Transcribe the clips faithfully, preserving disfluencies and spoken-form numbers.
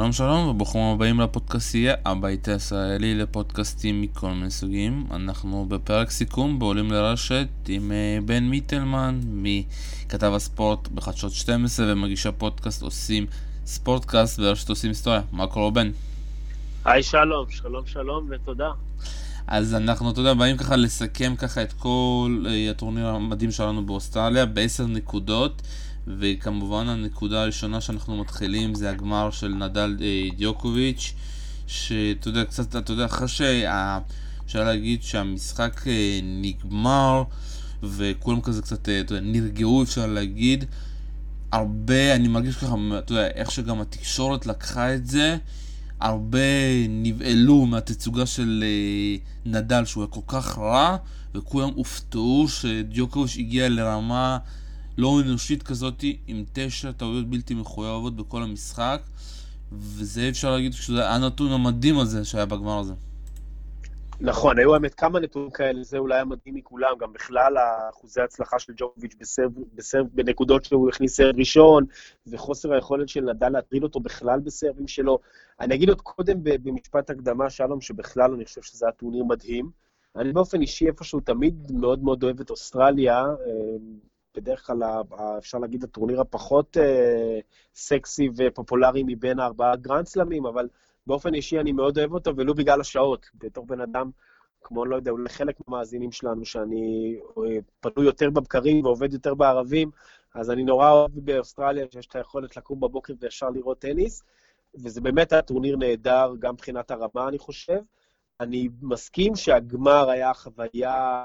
שלום שלום וברוכים הבאים לפודקאסטייה, הבית הישראלי לפודקאסטים מכל מיני סוגים. אנחנו בפרק סיכום בעולים לרשת עם בן מיטלמן מכתב הספורט בחדשות שתים עשרה ומגישה פודקאסט עושים ספורטקאסט ברשת עושים היסטוריה. מה קורה בן? היי שלום, שלום שלום ותודה. אז אנחנו, אתה יודע, באים ככה לסכם ככה את כל אה, הטורניר המדהים שלנו באוסטרליה בעשר נקודות, וכמובן הנקודה הראשונה שאנחנו מתחילים זה הגמר של נדל אה, דיוקוביץ', שאתה יודע, קצת, אתה יודע, אחרי שה... אפשר להגיד שהמשחק אה, נגמר וכולם כזה קצת, אה, אתה יודע, נרגעו, אפשר להגיד. הרבה, אני מרגיש ככה, אתה יודע, איך שגם התקשורת לקחה את זה, הרבה נבעלו מהתצוגה של אה, נדל שהוא היה כל כך רע, וכולם הופתעו שדיוקוביץ' הגיע לרמה לא אנושית כזאת עם תשע טעויות בלתי מחויבות בכל המשחק, וזה אפשר להגיד שזה היה הנתון המדהים הזה שהיה בגמר הזה. נכון, היו האמת כמה נתונים כאלה, זה אולי המדהים מכולם, גם בכלל האחוזי ההצלחה של ג'וקוביץ' בסרב, בסרב, בנקודות שהוא הכניס סרב ראשון, וחוסר היכולת של נדל להטריל אותו בכלל בסרבים שלו. אני אגיד עוד קודם במשפט הקדמה, שלום, שבכלל אני חושב שזה היה טורניר מדהים. אני באופן אישי איפשהו תמיד מאוד מאוד אוהב את אוסטרליה, בדרך כלל אפשר להגיד הטורניר הפחות סקסי ופופולרי מבין הארבעה גרנד סלאמים, אבל באופן אישי אני מאוד אוהב אותו, ולא בגלל השעות, בתור בן אדם, כמו לא יודע, אולי חלק מהמאזינים שלנו, שאני פנוי יותר בבקרים ועובד יותר בערבים, אז אני נורא אוהב באוסטרליה, שיש את היכולת לקום בבוקר וישר לראות טניס, וזה באמת היה טורניר נהדר, גם מבחינת הרמה אני חושב. אני מסכים שהגמר היה חוויה...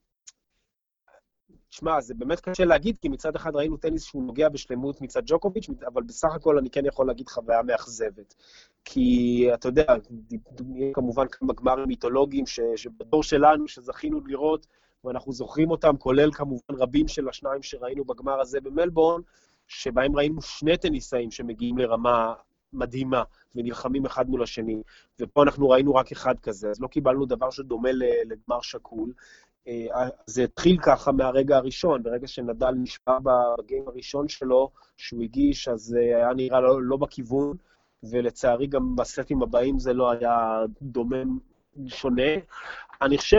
תשמע, זה באמת קשה להגיד, כי מצד אחד ראינו טניס שהוא נוגע בשלמות מצד ג'וקוביץ', אבל בסך הכל אני כן יכול להגיד חוויה מאכזבת. כי, אתה יודע, כמובן כמה גמרים מיתולוגיים ש, שבדור שלנו, שזכינו לראות, ואנחנו זוכרים אותם, כולל כמובן רבים של השניים שראינו בגמר הזה במלבורן, שבהם ראינו שני טניסאים שמגיעים לרמה מדהימה, ונלחמים אחד מול השני, ופה אנחנו ראינו רק אחד כזה, אז לא קיבלנו דבר שדומה לגמר שקול. זה התחיל ככה מהרגע הראשון, ברגע שנדל נשפע בגיים הראשון שלו, שהוא הגיש, אז היה נראה לא, לא בכיוון, ולצערי גם בסטים הבאים זה לא היה דומה שונה. אני חושב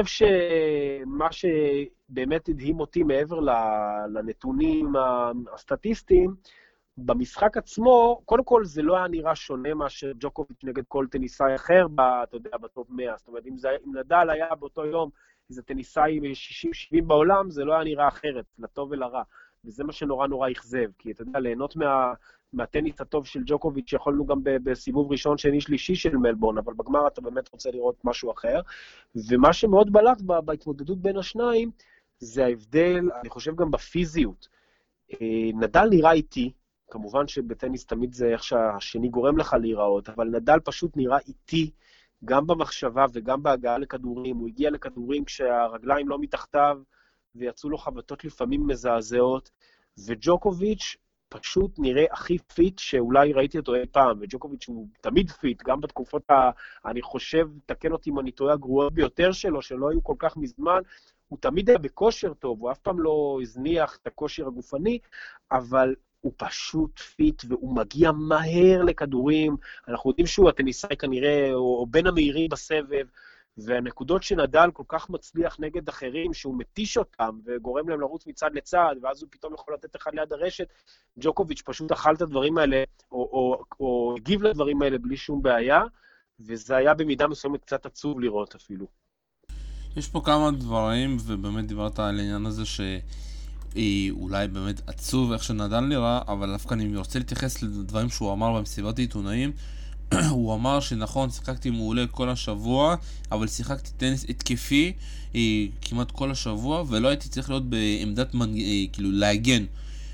שמה שבאמת הדהים אותי מעבר לנתונים הסטטיסטיים, במשחק עצמו, קודם כל זה לא היה נראה שונה מאשר ג'וקוביץ' נגד כל טניסאי אחר, אתה יודע, בטופ מאה. זאת אומרת, אם, זה, אם נדל היה באותו יום איזה טניסאי ב-שישים שבעים בעולם, זה לא היה נראה אחרת, לטוב ולרע. וזה מה שנורא נורא יחזב, כי אתה יודע, ליהנות מה, מהטניס הטוב של ג'וקוביץ' יכולנו גם בסיבוב ראשון, שני, שלישי של מלבורן, אבל בגמר אתה באמת רוצה לראות משהו אחר. ומה שמאוד בלט בהתמודדות בין השניים, זה ההבדל, אני חושב גם בפיזיות. נדל נראה איטי, כמובן שבטניס תמיד זה איך שהשני גורם לך להיראות, אבל נדל פשוט נראה איטי, גם במחשבה וגם בהגעה לכדורים. הוא הגיע לכדורים כשהרגליים לא מתחתיו, ויצאו לו חבטות לפעמים מזעזעות, וג'וקוביץ' פשוט נראה הכי פיט שאולי ראיתי אותו אי פעם, וג'וקוביץ' הוא תמיד פיט, גם בתקופות, ה, אני חושב, תקן אותי אם אני טועה, הגרועות ביותר שלו, שלא היו כל כך מזמן, הוא תמיד היה בכושר טוב, הוא אף פעם לא הזניח את הכושר הגופני, אבל הוא פשוט פיט, והוא מגיע מהר לכדורים. אנחנו יודעים שהוא הטניסאי כנראה, או בין המהירים בסבב, והנקודות שנדל כל כך מצליח נגד אחרים, שהוא מתיש אותם, וגורם להם לרוץ מצד לצד, ואז הוא פתאום יכול לתת אחד ליד הרשת, ג'וקוביץ' פשוט אכל את הדברים האלה, או, או, או הגיב לדברים האלה בלי שום בעיה, וזה היה במידה מסוימת קצת עצוב לראות אפילו. יש פה כמה דברים, ובאמת דיברת על העניין הזה ש... אולי באמת עצוב איך שנדל נראה, אבל דווקא אני רוצה להתייחס לדברים שהוא אמר במסיבת העיתונאים. הוא אמר שנכון, שיחקתי מעולה כל השבוע, אבל שיחקתי טניס התקפי כמעט כל השבוע, ולא הייתי צריך להיות בעמדת כאילו להגן.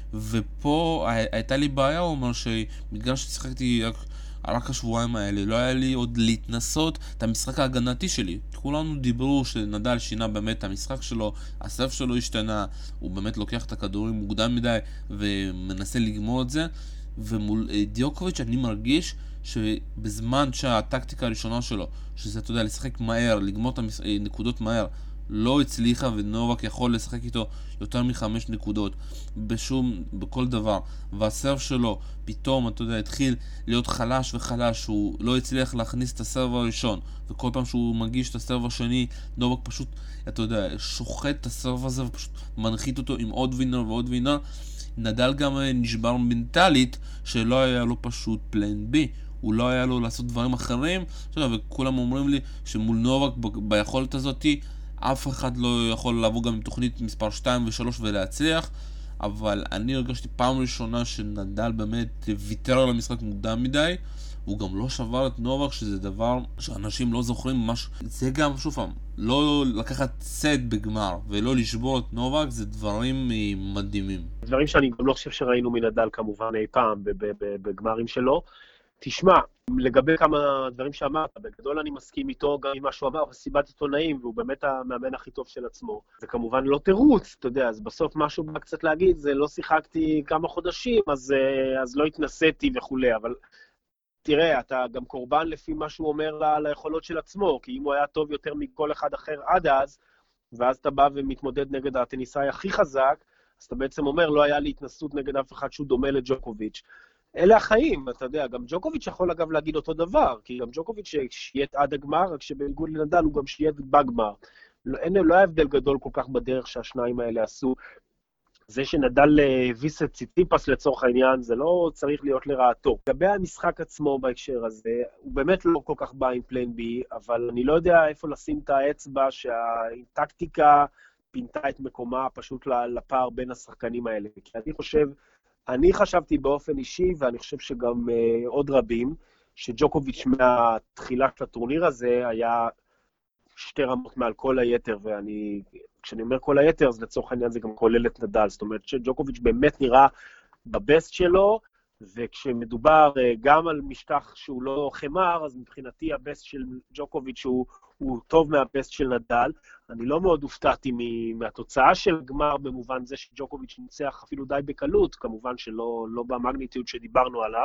ופה הייתה לי בעיה, הוא אומר שבגלל ששיחקתי רק, רק השבועיים האלה, לא היה לי עוד להתנסות את המשחק ההגנתי שלי. כולנו דיברו שנדל שינה באמת את המשחק שלו, הסף שלו השתנה, הוא באמת לוקח את הכדורים מוקדם מדי ומנסה לגמור את זה. ומול דיוקוביץ' אני מרגיש שבזמן שהטקטיקה הראשונה שלו, שזה אתה יודע לשחק מהר, לגמור את הנקודות מהר, לא הצליחה, ונובק יכול לשחק איתו יותר מחמש נקודות בשום, בכל דבר, והסרב שלו פתאום, אתה יודע, התחיל להיות חלש וחלש, הוא לא הצליח להכניס את הסרב הראשון, וכל פעם שהוא מגיש את הסרב השני, נובק פשוט, אתה יודע, שוחט את הסרב הזה ופשוט מנחית אותו עם עוד וינר ועוד וינר. נדל גם נשבר מנטלית שלא היה לו פשוט פלן בי, הוא לא היה לו לעשות דברים אחרים, וכולם אומרים לי שמול נובק ב- ביכולת הזאת אף אחד לא יכול לעבור גם עם תוכנית מספר שתיים ושלוש ולהצליח, אבל אני הרגשתי פעם ראשונה שנדל באמת ויתר על המשחק מוקדם מדי, הוא גם לא שבר את נובק, שזה דבר שאנשים לא זוכרים ממש. זה גם, שוב פעם, לא לקחת סט בגמר ולא לשבור את נובק, זה דברים מדהימים. דברים שאני גם לא חושב שראינו מנדל כמובן אי פעם בגמרים שלו. תשמע, לגבי כמה דברים שאמרת, בגדול אני מסכים איתו גם עם מה שהוא אמר בסיבת עיתונאים, והוא באמת המאמן הכי טוב של עצמו. זה כמובן לא תירוץ, אתה יודע, אז בסוף משהו בא קצת להגיד, זה לא שיחקתי כמה חודשים, אז, אז לא התנסיתי וכולי, אבל תראה, אתה גם קורבן לפי מה שהוא אומר ל, ליכולות של עצמו, כי אם הוא היה טוב יותר מכל אחד אחר עד אז, ואז אתה בא ומתמודד נגד הטניסאי הכי חזק, אז אתה בעצם אומר, לא היה לי התנסות נגד אף אחד שהוא דומה לג'וקוביץ'. אלה החיים, אתה יודע, גם ג'וקוביץ' יכול אגב להגיד אותו דבר, כי גם ג'וקוביץ' שייט עד הגמר, רק שבניגוד לנדל הוא גם שייט בגמר. לא, אין, לא היה הבדל גדול כל כך בדרך שהשניים האלה עשו. זה שנדל הביס את ציציפס לצורך העניין, זה לא צריך להיות לרעתו. לגבי המשחק עצמו בהקשר הזה, הוא באמת לא כל כך בא עם פלן בי, אבל אני לא יודע איפה לשים את האצבע שהטקטיקה פינתה את מקומה פשוט לפער בין השחקנים האלה. כי אני חושב, אני חשבתי באופן אישי, ואני חושב שגם uh, עוד רבים, שג'וקוביץ' מהתחילה של הטורניר הזה היה שתי רמות מעל כל היתר, ואני, כשאני אומר כל היתר, אז לצורך העניין זה גם כולל את נדל, זאת אומרת שג'וקוביץ' באמת נראה בבסט שלו, וכשמדובר uh, גם על משטח שהוא לא חמר, אז מבחינתי הבסט של ג'וקוביץ' הוא, הוא טוב מהבסט של נדל. אני לא מאוד הופתעתי מהתוצאה של גמר, במובן זה שג'וקוביץ' ניצח אפילו די בקלות, כמובן שלא לא במגניטיות שדיברנו עליו.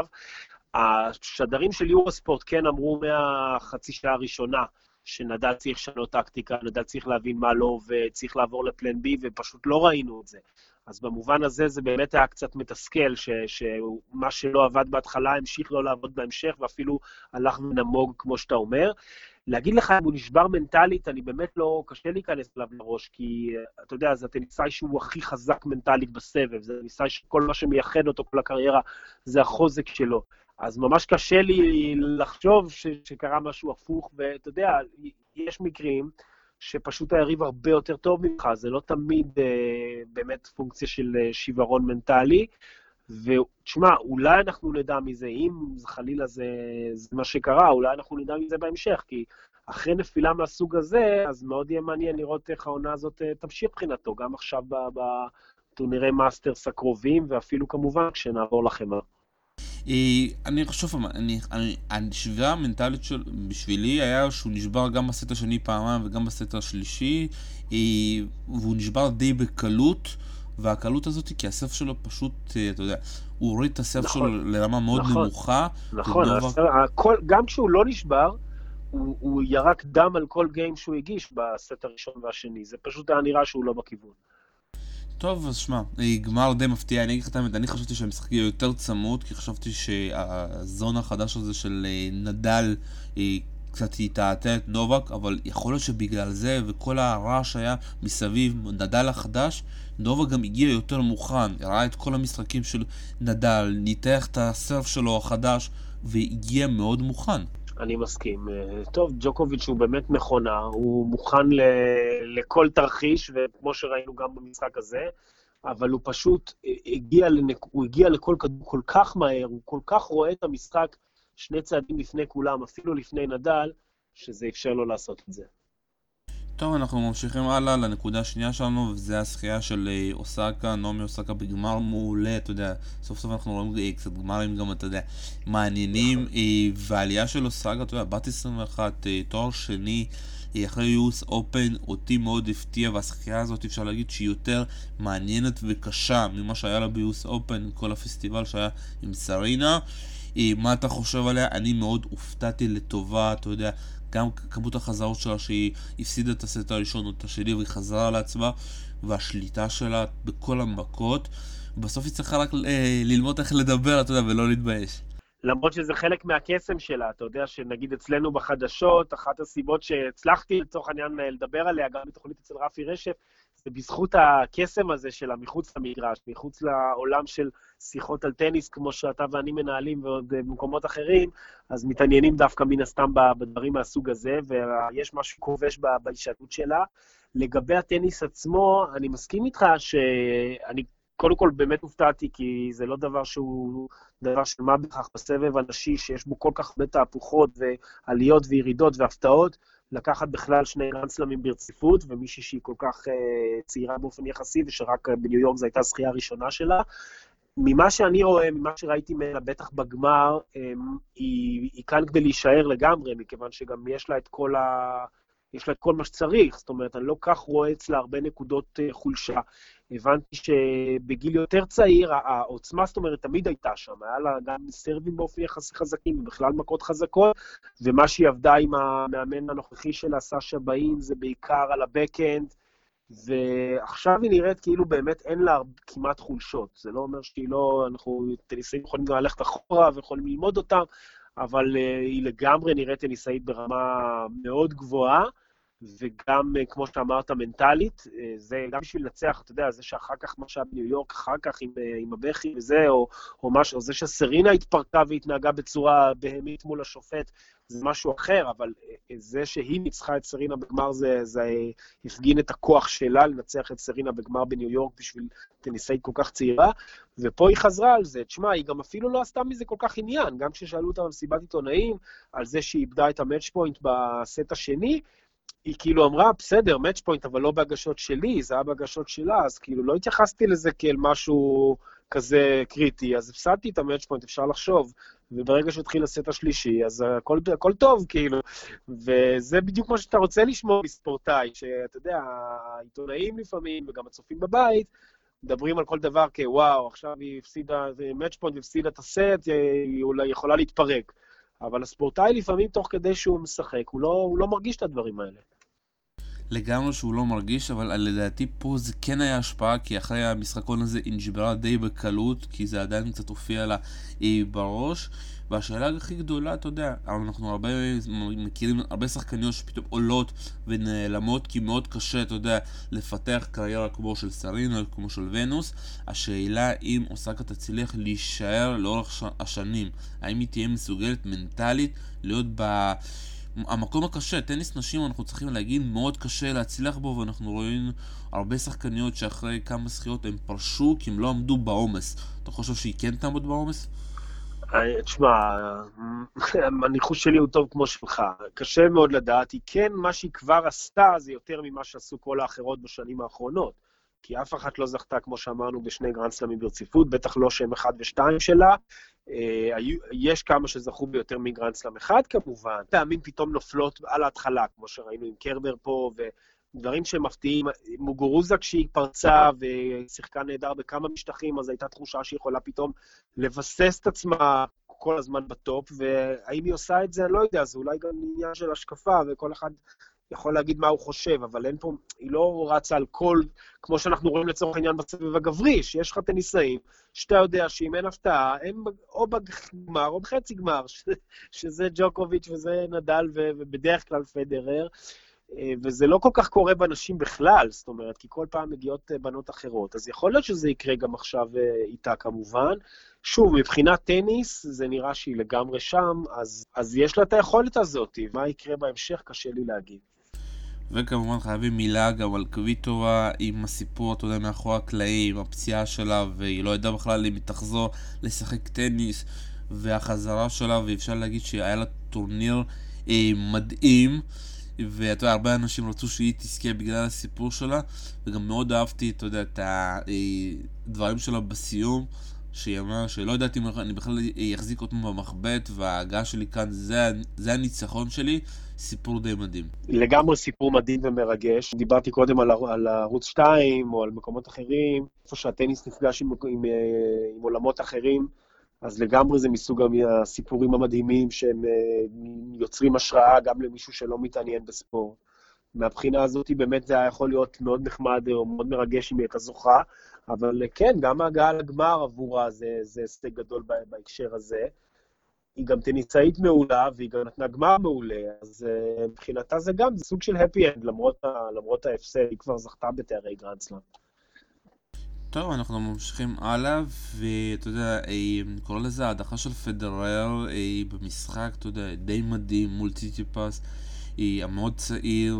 השדרים של יורוספורט כן אמרו מהחצי שעה הראשונה, שנדל צריך לשנות טקטיקה, נדל צריך להבין מה לא, וצריך לעבור לפלן בי, ופשוט לא ראינו את זה. אז במובן הזה זה באמת היה קצת מתסכל, ש, שמה שלא עבד בהתחלה המשיך לא לעבוד בהמשך, ואפילו הלך ונמוג כמו שאתה אומר. להגיד לך אם הוא נשבר מנטלית, אני באמת לא, קשה להיכנס אליו לראש, כי אתה יודע, זה הטניסאי שהוא הכי חזק מנטלית בסבב, זה הטניסאי שכל מה שמייחד אותו כל הקריירה, זה החוזק שלו. אז ממש קשה לי לחשוב ש, שקרה משהו הפוך, ואתה יודע, יש מקרים שפשוט היריב הרבה יותר טוב ממך, זה לא תמיד אה, באמת פונקציה של אה, שיוורון מנטלי, ותשמע, אולי אנחנו נדע מזה, אם חלילה זה, זה מה שקרה, אולי אנחנו נדע מזה בהמשך, כי אחרי נפילה מהסוג הזה, אז מאוד יהיה מעניין לראות איך העונה הזאת תמשיך מבחינתו, גם עכשיו בטורנירי מאסטרס הקרובים, ואפילו כמובן כשנעבור לחמר. אני חושב, השבירה המנטלית של, בשבילי היה שהוא נשבר גם בסט השני פעמיים וגם בסט השלישי, והוא נשבר די בקלות, והקלות הזאת, כי הסף שלו פשוט, אתה יודע, הוא הוריד את הסף נכון, שלו לרמה מאוד נכון, נמוכה. נכון, הסף, הכל, גם כשהוא לא נשבר, הוא, הוא ירק דם על כל גיים שהוא הגיש בסט הראשון והשני. זה פשוט היה נראה שהוא לא בכיוון. טוב, אז שמע, גמר די מפתיע, אני אגיד לך את האמת, אני חשבתי שהמשחק יהיה יותר צמוד, כי חשבתי שהזון החדש הזה של נדל קצת יתעתע את נובק, אבל יכול להיות שבגלל זה וכל הרעש היה מסביב נדל החדש, נובק גם הגיע יותר מוכן, ראה את כל המשחקים של נדל, ניתח את הסרף שלו החדש, והגיע מאוד מוכן. אני מסכים. טוב, ג'וקוביץ' הוא באמת מכונה, הוא מוכן ל- לכל תרחיש, וכמו שראינו גם במשחק הזה, אבל הוא פשוט הגיע, לנק... הוא הגיע לכל כדור כל כך מהר, הוא כל כך רואה את המשחק שני צעדים לפני כולם, אפילו לפני נדל, שזה אפשר לו לעשות את זה. טוב, אנחנו ממשיכים הלאה לנקודה השנייה שלנו, וזה השחייה של אוסקה, נעמי אוסקה בגמר מעולה, אתה יודע, סוף סוף אנחנו רואים קצת גמרים גם, אתה יודע, מעניינים, והעלייה של אוסקה, אתה יודע, בת עשרים ואחת, תואר שני, אחרי יוס אופן, אותי מאוד הפתיע, והשחייה הזאת אפשר להגיד שהיא יותר מעניינת וקשה ממה שהיה לה ביוס אופן, כל הפסטיבל שהיה עם סרינה. מה אתה חושב עליה? אני מאוד הופתעתי לטובה, אתה יודע, גם כמות החזרות שלה שהיא הפסידה את הסט הראשון או את השני והיא חזרה לעצמה, והשליטה שלה בכל המכות, בסוף היא צריכה רק אה, ללמוד איך לדבר, אתה יודע, ולא להתבייש. למרות שזה חלק מהקסם שלה, אתה יודע שנגיד אצלנו בחדשות, אחת הסיבות שהצלחתי לצורך העניין לדבר עליה, גם בתוכנית אצל רפי רשף, זה בזכות הקסם הזה שלה מחוץ למגרש, מחוץ לעולם של שיחות על טניס, כמו שאתה ואני מנהלים ועוד במקומות אחרים, אז מתעניינים דווקא מן הסתם בדברים מהסוג הזה, ויש משהו כובש בהישארות שלה. לגבי הטניס עצמו, אני מסכים איתך שאני קודם כל באמת הופתעתי, כי זה לא דבר שהוא דבר של מה בכך בסבב הנשי, שיש בו כל כך הרבה תהפוכות ועליות וירידות והפתעות, לקחת בכלל שני גרנד סלמים ברציפות, ומישהי שהיא כל כך uh, צעירה באופן יחסי, ושרק בניו יורק זו הייתה הזכייה הראשונה שלה. ממה שאני רואה, ממה שראיתי ממנה, בטח בגמר, um, היא, היא כאן כדי להישאר לגמרי, מכיוון שגם יש לה את כל ה... יש לה את כל מה שצריך, זאת אומרת, אני לא כך רואה אצלה הרבה נקודות uh, חולשה. הבנתי שבגיל יותר צעיר, העוצמה, זאת אומרת, תמיד הייתה שם, היה לה גם סרבים באופן יחסי חזקים, ובכלל מכות חזקות, ומה שהיא עבדה עם המאמן הנוכחי שלה, סשה באין, זה בעיקר על הבקאנד, ועכשיו היא נראית כאילו באמת אין לה כמעט חולשות, זה לא אומר שהיא לא, אנחנו טניסאים יכולים גם ללכת אחורה, ויכולים ללמוד אותם, אבל היא לגמרי נראית טניסאית ברמה מאוד גבוהה, וגם, כמו שאתה אמרת, מנטלית, זה גם בשביל לנצח, אתה יודע, זה שאחר כך, מה שהיה בניו יורק, אחר כך עם, עם הבכי וזה, או, או משהו, או זה שסרינה התפרקה והתנהגה בצורה בהמית מול השופט, זה משהו אחר, אבל זה שהיא ניצחה את סרינה בגמר, זה, זה הפגין את הכוח שלה לנצח את סרינה בגמר בניו יורק, בשביל טניסאית כל כך צעירה, ופה היא חזרה על זה. תשמע, היא גם אפילו לא עשתה מזה כל כך עניין, גם כששאלו אותה במסיבת עיתונאים, על זה שהיא איבדה את המאץ' פוינט בסט השני, היא כאילו אמרה, בסדר, מאץ' פוינט, אבל לא בהגשות שלי, זה היה בהגשות שלה, אז כאילו לא התייחסתי לזה כאל משהו כזה קריטי, אז הפסדתי את המאץ' פוינט, אפשר לחשוב, וברגע שהתחיל הסט השלישי, אז הכל, הכל טוב, כאילו, וזה בדיוק מה שאתה רוצה לשמוע מספורטאי, שאתה יודע, העיתונאים לפעמים, וגם הצופים בבית, מדברים על כל דבר כוואו, עכשיו היא הפסידה, מאץ' פוינט והפסידה את הסט, היא אולי יכולה להתפרק. אבל הספורטאי לפעמים תוך כדי שהוא משחק, הוא לא, הוא לא מרגיש את הדברים האלה. לגמרי שהוא לא מרגיש, אבל לדעתי פה זה כן היה השפעה, כי אחרי המשחקון הזה היא נשברה די בקלות, כי זה עדיין קצת הופיע לה בראש, והשאלה הכי גדולה, אתה יודע, אנחנו הרבה מכירים הרבה שחקניות שפתאום עולות ונעלמות, כי מאוד קשה, אתה יודע, לפתח קריירה כמו של סרינה, כמו של ונוס. השאלה אם אוסקה תצליח להישאר לאורך השנים, האם היא תהיה מסוגלת מנטלית להיות ב... המקום הקשה, טניס נשים, אנחנו צריכים להגיד, מאוד קשה להצליח בו, ואנחנו רואים הרבה שחקניות שאחרי כמה זכיות הם פרשו, כי הם לא עמדו בעומס. אתה חושב שהיא כן תעמוד בעומס? תשמע, הניחוש שלי הוא טוב כמו שלך. קשה מאוד לדעת. היא כן, מה שהיא כבר עשתה, זה יותר ממה שעשו כל האחרות בשנים האחרונות. כי אף אחת לא זכתה, כמו שאמרנו, בשני גרנד סלמים ברציפות, בטח לא שם אחד ושתיים שלה. יש כמה שזכו ביותר מגרנד סלם אחד, כמובן. פעמים פתאום נופלות על ההתחלה, כמו שראינו עם קרבר פה, ודברים שמפתיעים. מוגורוזה כשהיא פרצה ושיחקה נהדר בכמה משטחים, אז הייתה תחושה שהיא יכולה פתאום לבסס את עצמה כל הזמן בטופ, והאם היא עושה את זה, אני לא יודע, זה אולי גם עניין של השקפה, וכל אחד יכול להגיד מה הוא חושב, אבל אין פה, היא לא רצה על כל, כמו שאנחנו רואים לצורך העניין בסבב הגברי, שיש לך טניסאים, שאתה יודע שאם אין הפתעה, הם או בגמר או בחצי גמר, ש, שזה ג'וקוביץ' וזה נדל ובדרך כלל פדרר, וזה לא כל כך קורה בנשים בכלל, זאת אומרת, כי כל פעם מגיעות בנות אחרות, אז יכול להיות שזה יקרה גם עכשיו איתה כמובן. שוב, מבחינת טניס, זה נראה שהיא לגמרי שם, אז, אז יש לה את היכולת הזאת, מה יקרה בהמשך קשה לי להגיד. וכמובן חייבים מילה גם על קוויטובה עם הסיפור, אתה יודע, מאחורי הקלעים, הפציעה שלה, והיא לא ידעה בכלל אם היא תחזור לשחק טניס, והחזרה שלה, ואפשר להגיד שהיה לה טורניר אה, מדהים, ואתה יודע, הרבה אנשים רצו שהיא תזכה בגלל הסיפור שלה, וגם מאוד אהבתי, אתה יודע, את הדברים שלה בסיום, שהיא אמרה שלא ידעתי אם אני בכלל אחזיק אותם במחבט, וההגעה שלי כאן, זה, זה הניצחון שלי, סיפור די מדהים. לגמרי סיפור מדהים ומרגש. דיברתי קודם על, על ערוץ שתיים, או על מקומות אחרים, איפה שהטניס נפגש עם, עם, עם עולמות אחרים, אז לגמרי זה מסוג הסיפורים המדהימים שהם יוצרים השראה גם למישהו שלא מתעניין בספורט. מהבחינה הזאת באמת זה היה יכול להיות מאוד נחמד או מאוד מרגש אם היא הייתה זוכה, אבל כן, גם ההגעה לגמר עבורה זה, זה הישג גדול בהקשר הזה. היא גם טניסאית מעולה, והיא גם נתנה גמר מעולה, אז uh, מבחינתה זה גם, זה סוג של הפי אנד, למרות, למרות ההפסד, היא כבר זכתה בתארי גרנד סלאם. טוב, אנחנו ממשיכים הלאה, ואתה יודע, אני קורא לזה ההדחה של פדרר במשחק, אתה יודע, די מדהים מול ציציפס, המאוד צעיר,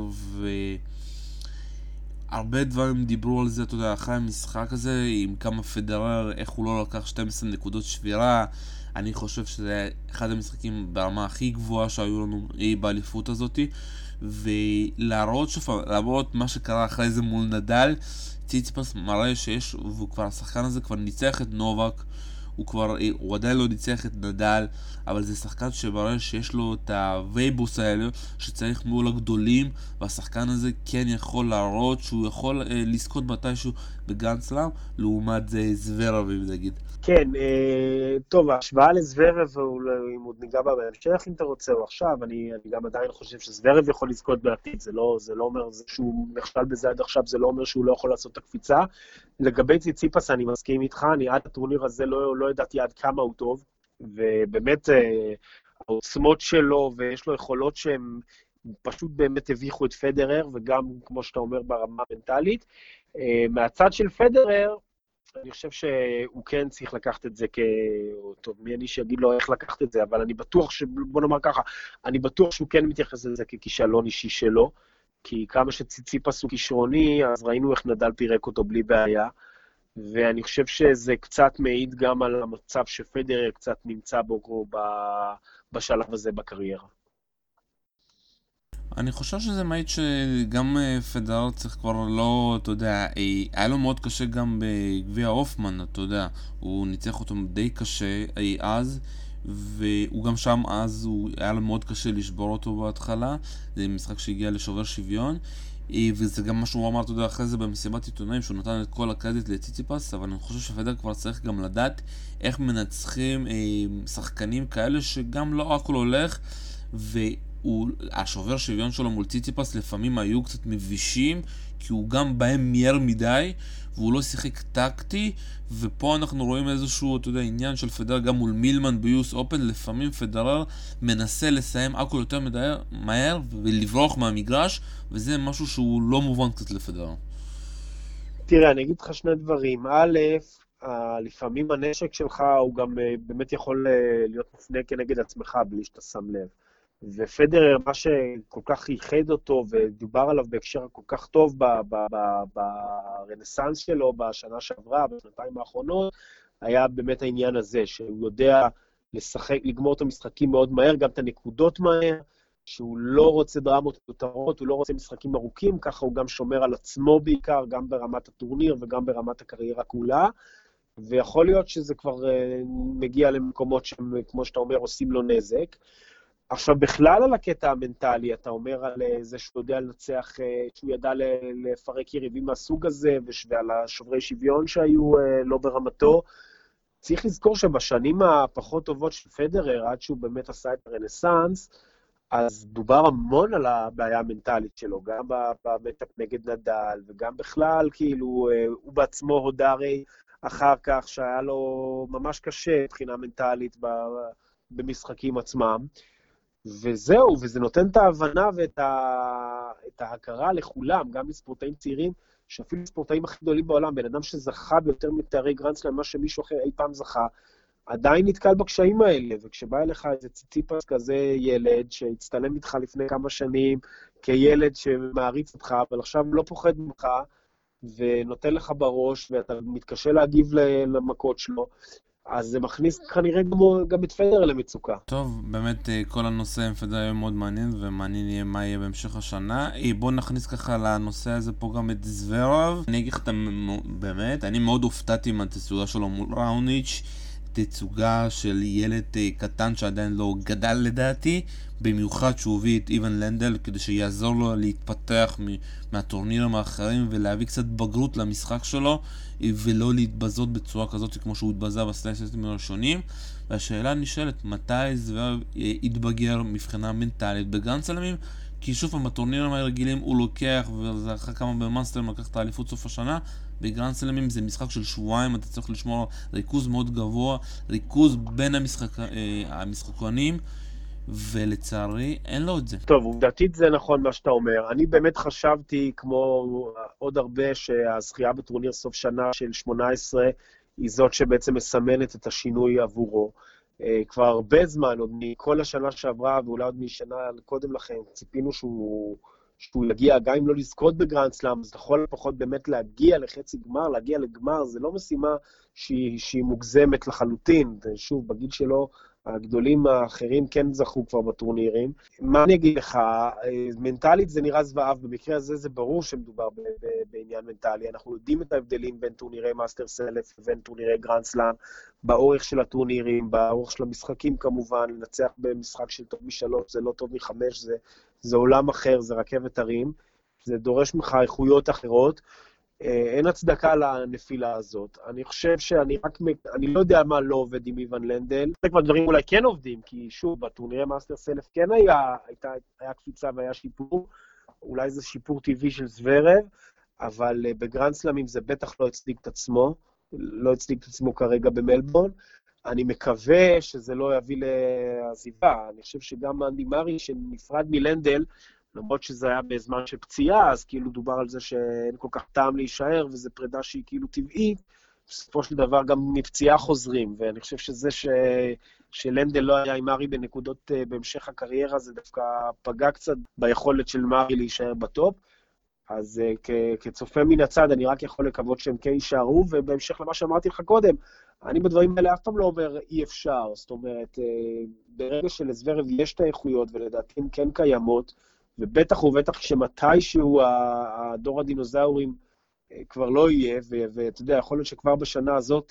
והרבה דברים דיברו על זה, אתה יודע, אחרי המשחק הזה, עם כמה פדרר, איך הוא לא לקח שתים עשרה נקודות שבירה. אני חושב שזה אחד המשחקים ברמה הכי גבוהה שהיו לנו באליפות הזאת, ולהראות שוב, להראות מה שקרה אחרי זה מול נדל, ציציפס מראה שיש, והוא כבר, השחקן הזה כבר ניצח את נובק, הוא כבר, הוא עדיין לא ניצח את נדל, אבל זה שחקן שמראה שיש לו את הווייבוס האלה שצריך מול הגדולים, והשחקן הזה כן יכול להראות שהוא יכול אה, לזכות מתישהו בגרנד סלאם, לעומת זה זוורב, אם נגיד. כן, אה, טוב, ההשוואה לזוורב, אם עוד ניגע בה בהמשך אם אתה רוצה, או עכשיו, אני, אני גם עדיין חושב שזוורב יכול לזכות בעתיד, זה לא, זה לא אומר זה שהוא נכשל בזה עד עכשיו, זה לא אומר שהוא לא יכול לעשות את הקפיצה. לגבי ציציפס אני מסכים איתך, אני עד הטורניר הזה לא, לא ידעתי עד כמה הוא טוב, ובאמת אה, העוצמות שלו ויש לו יכולות שהן פשוט באמת הביכו את פדרר, וגם כמו שאתה אומר ברמה המנטלית. אה, מהצד של פדרר, אני חושב שהוא כן צריך לקחת את זה כ... טוב, מי אני שיגיד לו איך לקחת את זה, אבל אני בטוח ש... בוא נאמר ככה, אני בטוח שהוא כן מתייחס לזה ככישלון אישי שלו, כי כמה שציציפס הוא כישרוני, אז ראינו איך נדל פירק אותו בלי בעיה, ואני חושב שזה קצת מעיד גם על המצב שפדרר קצת נמצא בו בשלב הזה בקריירה. אני חושב שזה מעיד שגם פדרר צריך כבר לא, אתה יודע, היה לו מאוד קשה גם בגביע אופמן, אתה יודע, הוא ניצח אותו די קשה אז, והוא גם שם אז, הוא היה לו מאוד קשה לשבור אותו בהתחלה, זה משחק שהגיע לשובר שוויון, וזה גם מה שהוא אמר, אתה יודע, אחרי זה במסיבת עיתונאים, שהוא נתן את כל הקרדיט לציציפס, אבל אני חושב שפדרר כבר צריך גם לדעת איך מנצחים שחקנים כאלה שגם לא הכל הולך, ו... הוא, השובר שוויון שלו מול ציציפס לפעמים היו קצת מבישים, כי הוא גם בהם מייר מדי, והוא לא שיחק טקטי, ופה אנחנו רואים איזשהו, אתה יודע, עניין של פדרר גם מול מילמן ביוס אופן, לפעמים פדרר מנסה לסיים הכל יותר מדי מהר, ולברוח מהמגרש, וזה משהו שהוא לא מובן קצת לפדרר. תראה, אני אגיד לך שני דברים. א', לפעמים הנשק שלך הוא גם באמת יכול להיות מופנה כנגד עצמך, בלי שאתה שם לב. ופדרר, מה שכל כך ייחד אותו ודובר עליו בהקשר כל כך טוב ברנסנס שלו בשנה שעברה, בשנתיים האחרונות, היה באמת העניין הזה, שהוא יודע לשחק, לגמור את המשחקים מאוד מהר, גם את הנקודות מהר, שהוא לא רוצה דרמות כותרות, הוא לא רוצה משחקים ארוכים, ככה הוא גם שומר על עצמו בעיקר, גם ברמת הטורניר וגם ברמת הקריירה כולה, ויכול להיות שזה כבר מגיע למקומות שהם, כמו שאתה אומר, עושים לו נזק. עכשיו, בכלל על הקטע המנטלי, אתה אומר על זה שהוא יודע לנצח, שהוא ידע לפרק יריבים מהסוג הזה, ועל השוברי שוויון שהיו לא ברמתו. צריך לזכור שבשנים הפחות טובות של פדרר, עד שהוא באמת עשה את הרנסנס, אז דובר המון על הבעיה המנטלית שלו, גם במתק נגד נדל, וגם בכלל, כאילו, הוא בעצמו הודה הרי אחר כך, שהיה לו ממש קשה מבחינה מנטלית במשחקים עצמם. וזהו, וזה נותן את ההבנה ואת ה... את ההכרה לכולם, גם לספורטאים צעירים, שאפילו ספורטאים הכי גדולים בעולם, בן אדם שזכה ביותר מתארי גרנד סלאם, מה שמישהו אחר אי פעם זכה, עדיין נתקל בקשיים האלה, וכשבא אליך איזה ציציפס כזה ילד, שהצטלם איתך לפני כמה שנים, כילד שמעריץ אותך, אבל עכשיו לא פוחד ממך, ונותן לך בראש, ואתה מתקשה להגיב למכות שלו, אז זה מכניס כנראה גם, גם את פדרר למצוקה. טוב, באמת כל הנושא עם פדרר יהיה מאוד מעניין, ומעניין יהיה מה יהיה בהמשך השנה. בואו נכניס ככה לנושא הזה פה גם את זוורב. אני אגיד לך באמת, אני מאוד הופתעתי מהתצוגה שלו מול ראוניץ', תצוגה של ילד אה, קטן שעדיין לא גדל לדעתי, במיוחד שהוא הביא את איוון לנדל כדי שיעזור לו להתפתח מ- מהטורנירים האחרים ולהביא קצת בגרות למשחק שלו אה, ולא להתבזות בצורה כזאת כמו שהוא התבזה בסטייסטים הראשונים. והשאלה נשאלת, מתי זוורב אה, יתבגר מבחינה מנטלית בגרנד סלמים? כי שוב פעם, בטורנירים הרגילים הוא לוקח, וזה אחרי כמה במאסטרים לקח את האליפות סוף השנה. בגרנד סלמים זה משחק של שבועיים, אתה צריך לשמור ריכוז מאוד גבוה, ריכוז בין המשחק, אה, המשחקונים, ולצערי אין לו את זה. טוב, עובדתית זה נכון מה שאתה אומר. אני באמת חשבתי, כמו עוד הרבה, שהזכייה בטורניר סוף שנה של שמונה עשרה היא זאת שבעצם מסמנת את השינוי עבורו. כבר הרבה זמן, עוד מכל השנה שעברה, ואולי עוד משנה קודם לכן, ציפינו שהוא, שהוא יגיע, גם אם לא לזכות בגרנד סלאם, אז לכל הפחות באמת להגיע לחצי גמר, להגיע לגמר, זה לא משימה שהיא, שהיא מוגזמת לחלוטין. שוב, בגיל שלו, הגדולים האחרים כן זכו כבר בטורנירים. מה אני אגיד לך, מנטלית זה נראה זוועה, במקרה הזה זה ברור שמדובר ב- ב- בעניין מנטלי. אנחנו יודעים את ההבדלים בין טורנירי מאסטר סלף ובין טורנירי גרנד סלאם, באורך של הטורנירים, באורך של המשחקים כמובן, לנצח במשחק של טוב משלוש, זה לא טוב מחמש, זה, זה עולם אחר, זה רכבת הרים, זה דורש ממך איכויות אחרות. אין הצדקה לנפילה הזאת. אני חושב שאני רק, אני לא יודע מה לא עובד עם איוון לנדל. זה כבר דברים אולי כן עובדים, כי שוב, בטורנירי מאסטר סלף כן היה, הייתה, היה קפיצה והיה שיפור, אולי זה שיפור טבעי של זוורב, אבל בגרנד סלאמים זה בטח לא הצדיק את עצמו, לא הצדיק את עצמו כרגע במלבורן. אני מקווה שזה לא יביא לעזיבה. אני חושב שגם אנדי מארי שנפרד מלנדל, למרות שזה היה בזמן של פציעה, אז כאילו דובר על זה שאין כל כך טעם להישאר, וזו פרידה שהיא כאילו טבעית, בסופו של דבר גם מפציעה חוזרים, ואני חושב שזה ש... שלנדל לא היה עם מארי בנקודות בהמשך הקריירה, זה דווקא פגע קצת ביכולת של מארי להישאר בטופ, אז כ... כצופה מן הצד, אני רק יכול לקוות שהם כן יישארו, ובהמשך למה שאמרתי לך קודם, אני בדברים האלה אף פעם לא אומר אי אפשר, זאת אומרת, ברגע שלזוורב יש את האיכויות, ולדעתי הם כן קיימות, ובטח ובטח שמתישהו הדור הדינוזאורים כבר לא יהיה, ואתה יודע, יכול להיות שכבר בשנה הזאת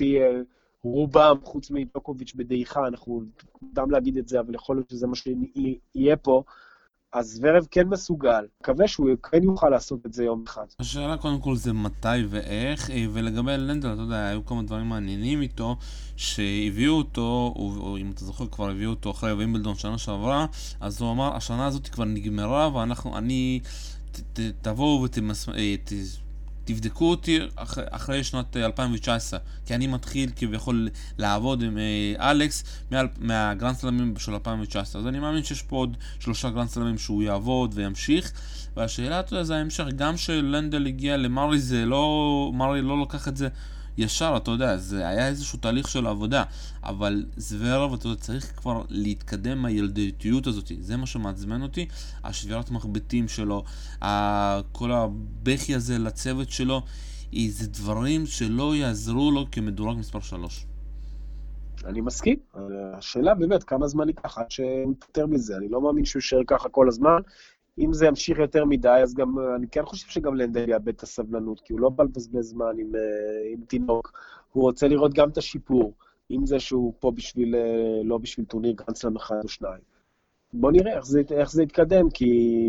רובם, חוץ מדוקוביץ' בדעיכה, אנחנו נדם להגיד את זה, אבל יכול להיות שזה מה שיהיה פה, אז זוורב כן מסוגל. מקווה שהוא כן יוכל לעשות את זה יום אחד. השאלה קודם כל זה מתי ואיך, ולגבי לנדל, אתה יודע, היו כמה דברים מעניינים איתו, שהביאו אותו, או אם אתה זוכר כבר הביאו אותו אחרי וימבלדון שנה שעברה, אז הוא אמר, השנה הזאת כבר נגמרה, ואנחנו, אני, ת, ת, תבואו ותמס... ת, תבדקו אותי אח, אחרי שנת אלפיים תשע עשרה, כי אני מתחיל כביכול לעבוד עם אה, אלכס מה, מהגרנד סלמים של אלפיים תשע עשרה, אז אני מאמין שיש פה עוד שלושה גרנד סלמים שהוא יעבוד וימשיך, והשאלה אתה יודע, זה ההמשך, גם שלנדל הגיע למרי, זה לא, מרי לא לקח את זה ישר, אתה יודע, זה היה איזשהו תהליך של עבודה, אבל זוורב, אתה יודע, צריך כבר להתקדם מהילדותיות הזאת, זה מה שמעצבן אותי, השבירת מחבטים שלו, כל הבכי הזה לצוות שלו, זה דברים שלא יעזרו לו כמדורג מספר שלוש. אני מסכים, השאלה באמת כמה זמן ייקח עד שהוא יפטר מזה, אני לא מאמין שהוא יישאר ככה כל הזמן, אם זה ימשיך יותר מדי, אז גם, אני כן חושב שגם לנדל יאבד את הסבלנות, כי הוא לא בא לבזבז זמן עם, עם תינוק, הוא רוצה לראות גם את השיפור, אם זה שהוא פה בשביל, לא בשביל טורניר גרנד סלאם אחד או שניים. בוא נראה איך זה, איך זה יתקדם, כי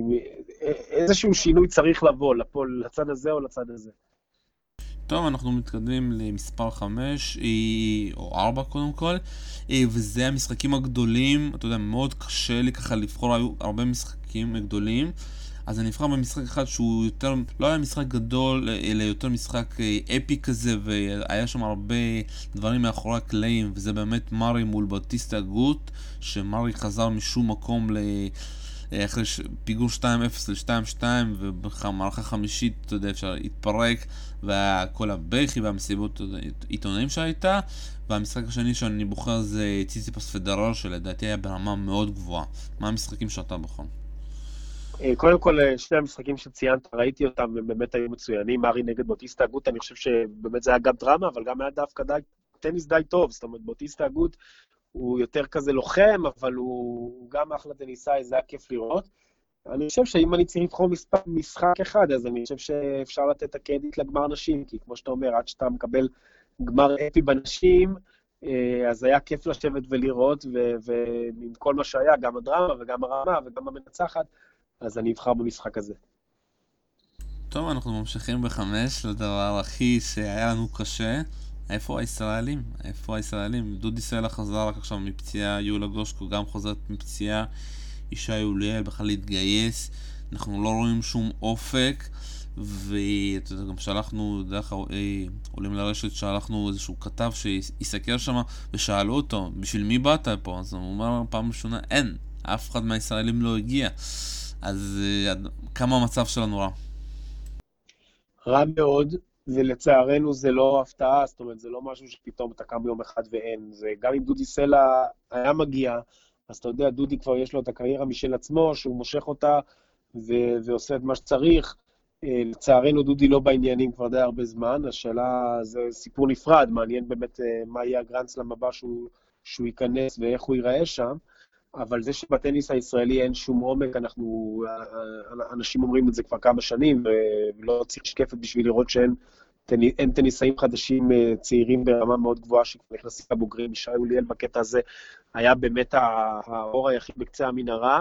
איזשהו שינוי צריך לבוא, לפול, לצד הזה או לצד הזה. טוב, אנחנו מתקדמים למספר חמש, או ארבע קודם כל, וזה המשחקים הגדולים, אתה יודע, מאוד קשה לי ככה לבחור, היו הרבה משחקים גדולים, אז אני נבחר במשחק אחד שהוא יותר, לא היה משחק גדול, אלא יותר משחק אפי כזה, והיה שם הרבה דברים מאחורי הקלעים, וזה באמת מרי מול בטיסטה אגוט, שמרי חזר משום מקום ל... אחרי פיגור שתיים אפס ל-שתיים שתיים, ובמערכה חמישית, אתה יודע, אפשר להתפרק, וכל הבכי והמסיבות עיתונאים שהייתה, והמשחק השני שאני בוחר זה ציציפס פדרר, שלדעתי היה ברמה מאוד גבוהה. מה המשחקים שאתה בוחר? קודם כל, שני המשחקים שציינת, ראיתי אותם, הם באמת היו מצוינים, מרי נגד בוטיסטה אגוט, אני חושב שבאמת זה היה גם דרמה, אבל גם היה דווקא די, טניס די טוב, זאת אומרת, בוטיסטה אגוט, הוא יותר כזה לוחם, אבל הוא גם אחלה טניסאי, זה היה כיף לראות. אני חושב שאם אני צריך לבחור משחק אחד, אז אני חושב שאפשר לתת את הקרדיט לגמר נשים, כי כמו שאתה אומר, עד שאתה מקבל גמר אפי בנשים, אז היה כיף לשבת ולראות, ועם כל מה שהיה, גם הדרמה וגם הרמה וגם המנצחת, אז אני אבחר במשחק הזה. טוב, אנחנו ממשיכים בחמש לדבר הכי שהיה לנו קשה. איפה הישראלים? איפה הישראלים? דודי סלע חזר רק עכשיו מפציעה, יולה גושקו גם חוזרת מפציעה, ישי אוליאל בכלל להתגייס, אנחנו לא רואים שום אופק, ואתה יודע, גם שלחנו דרך אה, עולים לרשת, שלחנו איזשהו כתב שיסקר שם, ושאלו אותו, בשביל מי באת פה? אז הוא אומר פעם ראשונה, אין, אף אחד מהישראלים לא הגיע. אז אה, כמה המצב שלנו רע? רע מאוד, ולצערנו זה לא הפתעה, זאת אומרת, זה לא משהו שפתאום אתה קם יום אחד ואין. זה גם אם דודי סלע היה מגיע, אז אתה יודע, דודי כבר יש לו את הקריירה משל עצמו, שהוא מושך אותה ו- ועושה את מה שצריך. לצערנו דודי לא בעניינים כבר די הרבה זמן, השאלה זה סיפור נפרד, מעניין באמת מה יהיה הגרנדסלאם הבא שהוא, שהוא ייכנס ואיך הוא ייראה שם, אבל זה שבטניס הישראלי אין שום עומק, אנחנו, אנשים אומרים את זה כבר כמה שנים, ולא צריך שקפת בשביל לראות שאין אין טניסאים חדשים צעירים ברמה מאוד גבוהה שנכנסים לבוגרים. ישי אוליאל בקטע הזה היה באמת האור היחיד בקצה המנהרה,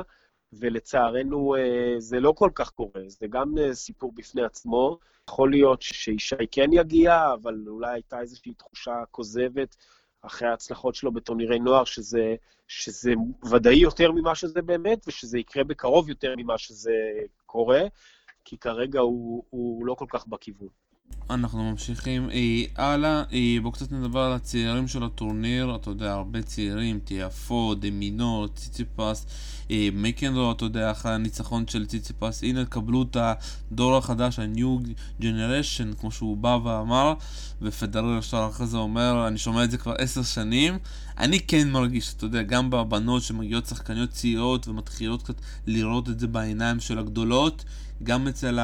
ולצערנו זה לא כל כך קורה, זה גם סיפור בפני עצמו. יכול להיות שישי כן יגיע, אבל אולי הייתה איזושהי תחושה כוזבת אחרי ההצלחות שלו בטורנירי נוער, שזה, שזה ודאי יותר ממה שזה באמת, ושזה יקרה בקרוב יותר ממה שזה קורה, כי כרגע הוא, הוא לא כל כך בכיוון. אנחנו ממשיכים אה, הלאה, אה, בואו קצת נדבר על הצעירים של הטורניר. אתה יודע, הרבה צעירים, תיאפו, דמינור, ציציפס, אה, מקנרו, אתה יודע, אחרי הניצחון של ציציפס, הנה קבלו את הדור החדש, ה-New Generation, כמו שהוא בא ואמר, ופדרר ישר אחרי זה אומר, אני שומע את זה כבר עשר שנים, אני כן מרגיש, אתה יודע, גם בבנות שמגיעות שחקניות צעירות ומתחילות קצת לראות את זה בעיניים של הגדולות, גם אצל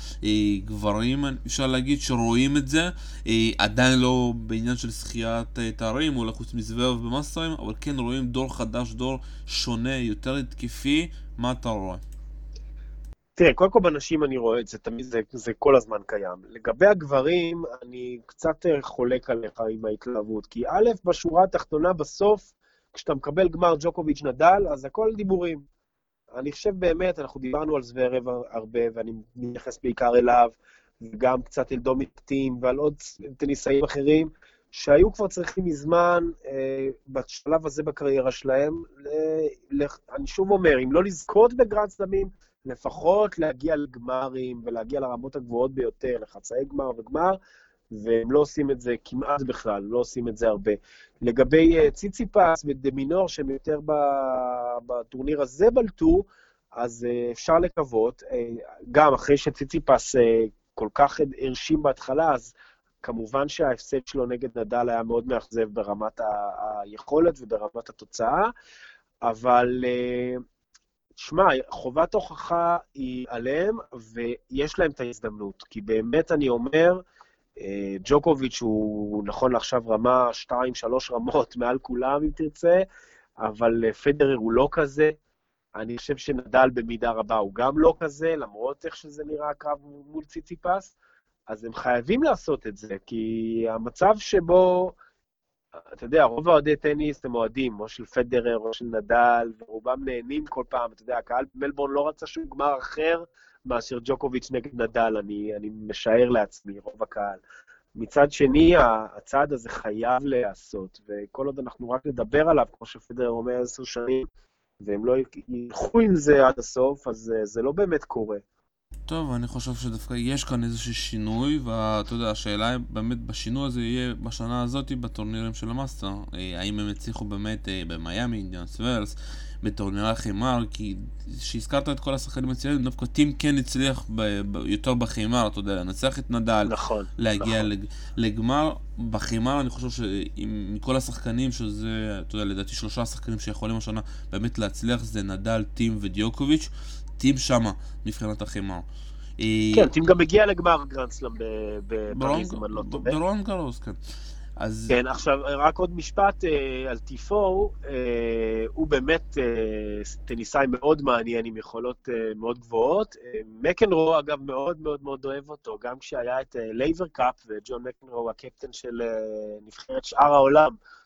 הגברים אפשר להגיד שרואים את זה, עדיין לא בעניין של זכיית תארים או לחוץ מזוורב במאסטרים, אבל כן רואים דור חדש, דור שונה, יותר התקפי. מה אתה רואה? תראה, קודם כל בנשים אני רואה את זה, תמיד זה, זה כל הזמן קיים. לגבי הגברים, אני קצת חולק עליך עם ההתלהבות, כי א', בשורה התחתונה בסוף, כשאתה מקבל גמר ג'וקוביץ' נדל, אז הכל דיבורים. אני חושב באמת, אנחנו דיברנו על זוורב הרבה, ואני מתייחס בעיקר אליו, וגם קצת אל דומיניק ועל עוד טניסאים אחרים, שהיו כבר צריכים מזמן, אה, בשלב הזה בקריירה שלהם, ל- ל- אני שוב אומר, אם לא לזכות בגרנדסלאמים, לפחות להגיע לגמרים, ולהגיע לרמות הגבוהות ביותר, לחצאי גמר וגמר, והם לא עושים את זה כמעט בכלל, לא עושים את זה הרבה. לגבי ציציפס ודמינור, שהם יותר בטורניר הזה בלטו, אז אפשר לקוות, גם אחרי שציציפס כל כך הרשים בהתחלה, אז כמובן שההפסד שלו נגד נדל היה מאוד מאכזב ברמת היכולת וברמת התוצאה, אבל שמע, חובת הוכחה היא עליהם, ויש להם את ההזדמנות, כי באמת אני אומר, ג'וקוביץ' הוא נכון לעכשיו רמה שתיים שלוש רמות מעל כולם אם תרצה, אבל פדרר הוא לא כזה. אני חושב שנדל במידה רבה הוא גם לא כזה, למרות איך שזה נראה קרב מול ציציפס, אז הם חייבים לעשות את זה, כי המצב שבו, אתה יודע, רוב האוהדי טניס הם אוהדים, או של פדרר או של נדל, ורובם נהנים כל פעם, אתה יודע, הקהל במלבורן לא רצה שום גמר אחר, מאשר ג'וקוביץ' נגד נדל, אני, אני משער לעצמי, רוב הקהל. מצד שני, הצעד הזה חייב להיעשות, וכל עוד אנחנו רק נדבר עליו, כמו שפדרר אומר עשר שנים, והם לא ילכו עם זה עד הסוף, אז זה לא באמת קורה. טוב, אני חושב שדווקא יש כאן איזשהו שינוי, ואתה יודע, השאלה היא באמת בשינוי הזה יהיה בשנה הזאת בטורנירים של המאסטר. האם הם הצליחו באמת במיימי, אינדיאנס ורס, בטורנירי החימר, כי שהזכרת את כל השחקנים הצעירים, דווקא טים כן הצליח ב- ב- יותר בחימר, אתה יודע, לנצח את נדל, נכון, להגיע נכון. לג- לגמר. בחימר אני חושב שמכל השחקנים, שזה, אתה יודע, לדעתי שלושה השחקנים שיכולים השנה באמת להצליח, זה נדל, טים ודיוקוביץ'. טים שמה מבחינת החימר. כן, טים גם הגיע לגמר גרנדסלאם בפריז, אם אני לא טועה. ברון גרוס, כן. אז... כן, עכשיו, רק עוד משפט אה, על טיפו, אה, הוא באמת אה, טניסאי מאוד מעניין, עם יכולות אה, מאוד גבוהות. אה, מקנרו, אגב, מאוד מאוד מאוד אוהב אותו, גם כשהיה את אה, לייבר קאפ, וג'ון מקנרו, הקפטן של אה, נבחרת שאר העולם,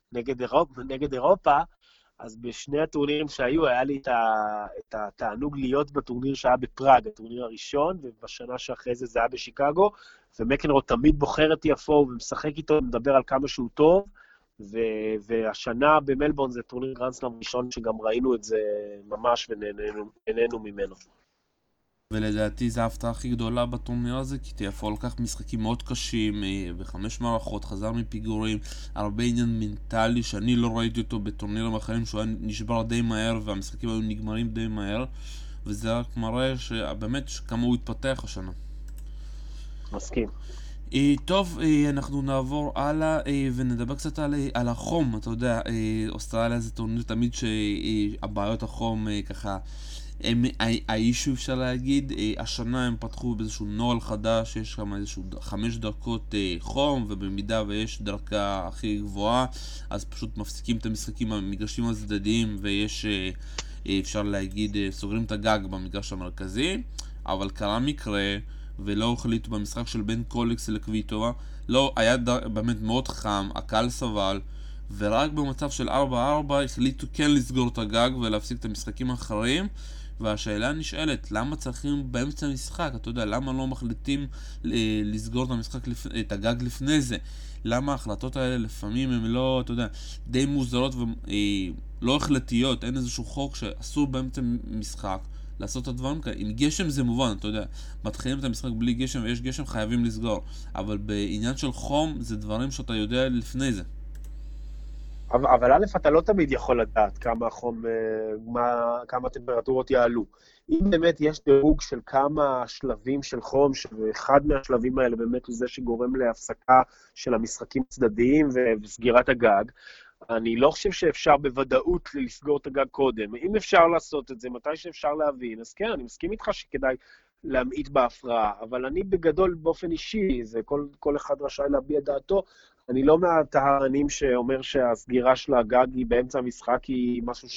נגד אירופה, נגד אירופה, אז בשני הטורנירים שהיו, היה לי את, ה, את התענוג להיות בטורניר שהיה בפראג, הטורניר הראשון, ובשנה שאחרי זה זה היה בשיקגו, ומקנרו תמיד בוחר את יפו ומשחק איתו, מדבר על כמה שהוא טוב, ו, והשנה במלבורן זה טורניר גרנדסלאם ראשון, שגם ראינו את זה ממש ונהנינו ממנו. ולדעתי זו ההפתעה הכי גדולה בטורניר הזה, כי תיאפו לקח משחקים מאוד קשים, בחמש מערכות, חזר מפיגורים, הרבה עניין מנטלי שאני לא ראיתי אותו בטורנירים אחרים, שהוא היה נשבר די מהר והמשחקים היו נגמרים די מהר, וזה רק מראה שבאמת כמה הוא התפתח השנה. מסכים. טוב, אנחנו נעבור הלאה ונדבר קצת על, על החום. אתה יודע, אוסטרליה זה טורניר תמיד שהבעיות החום ככה הם, האישו אפשר להגיד. השנה הם פתחו באיזשהו נוהל חדש, יש שם איזשהו חמש דרכות חום, ובמידה ויש דרכה הכי גבוהה אז פשוט מפסיקים את המשחקים במגרשים הצדדיים, ויש אפשר להגיד סוגרים את הגג במגרש המרכזי. אבל קרה מקרה ולא החליטו במשחק של בין קוליקס לקוויטובה, לא, היה דר, באמת מאוד חם, הקהל סבל, ורק במצב של ארבע ארבע החליטו כן לסגור את הגג ולהפסיק את המשחקים האחרים. והשאלה נשאלת, למה צריכים באמצע המשחק? אתה יודע, למה לא מחליטים לסגור את המשחק, את הגג לפני זה? למה ההחלטות האלה לפעמים הן לא, אתה יודע, די מוזרות ולא החלטיות? אין איזשהו חוק שאסור באמצע משחק לעשות את הדברים כאלה. עם גשם זה מובן, אתה יודע, מתחילים את המשחק בלי גשם ויש גשם, חייבים לסגור. אבל בעניין של חום זה דברים שאתה יודע לפני זה. אבל, אבל א', אתה לא תמיד יכול לדעת כמה חום, מה, כמה טמפרטורות יעלו. אם באמת יש דירוג של כמה שלבים של חום, שאחד מהשלבים האלה באמת הוא זה שגורם להפסקה של המשחקים צדדיים וסגירת הגג, אני לא חושב שאפשר בוודאות לסגור את הגג קודם. אם אפשר לעשות את זה, מתי שאפשר להבין, אז כן, אני מסכים איתך שכדאי להמעיט בהפרעה, אבל אני בגדול באופן אישי, זה כל, כל אחד רשאי להביע דעתו, אני לא מהטהרנים שאומר שהסגירה של הגג היא באמצע המשחק, היא משהו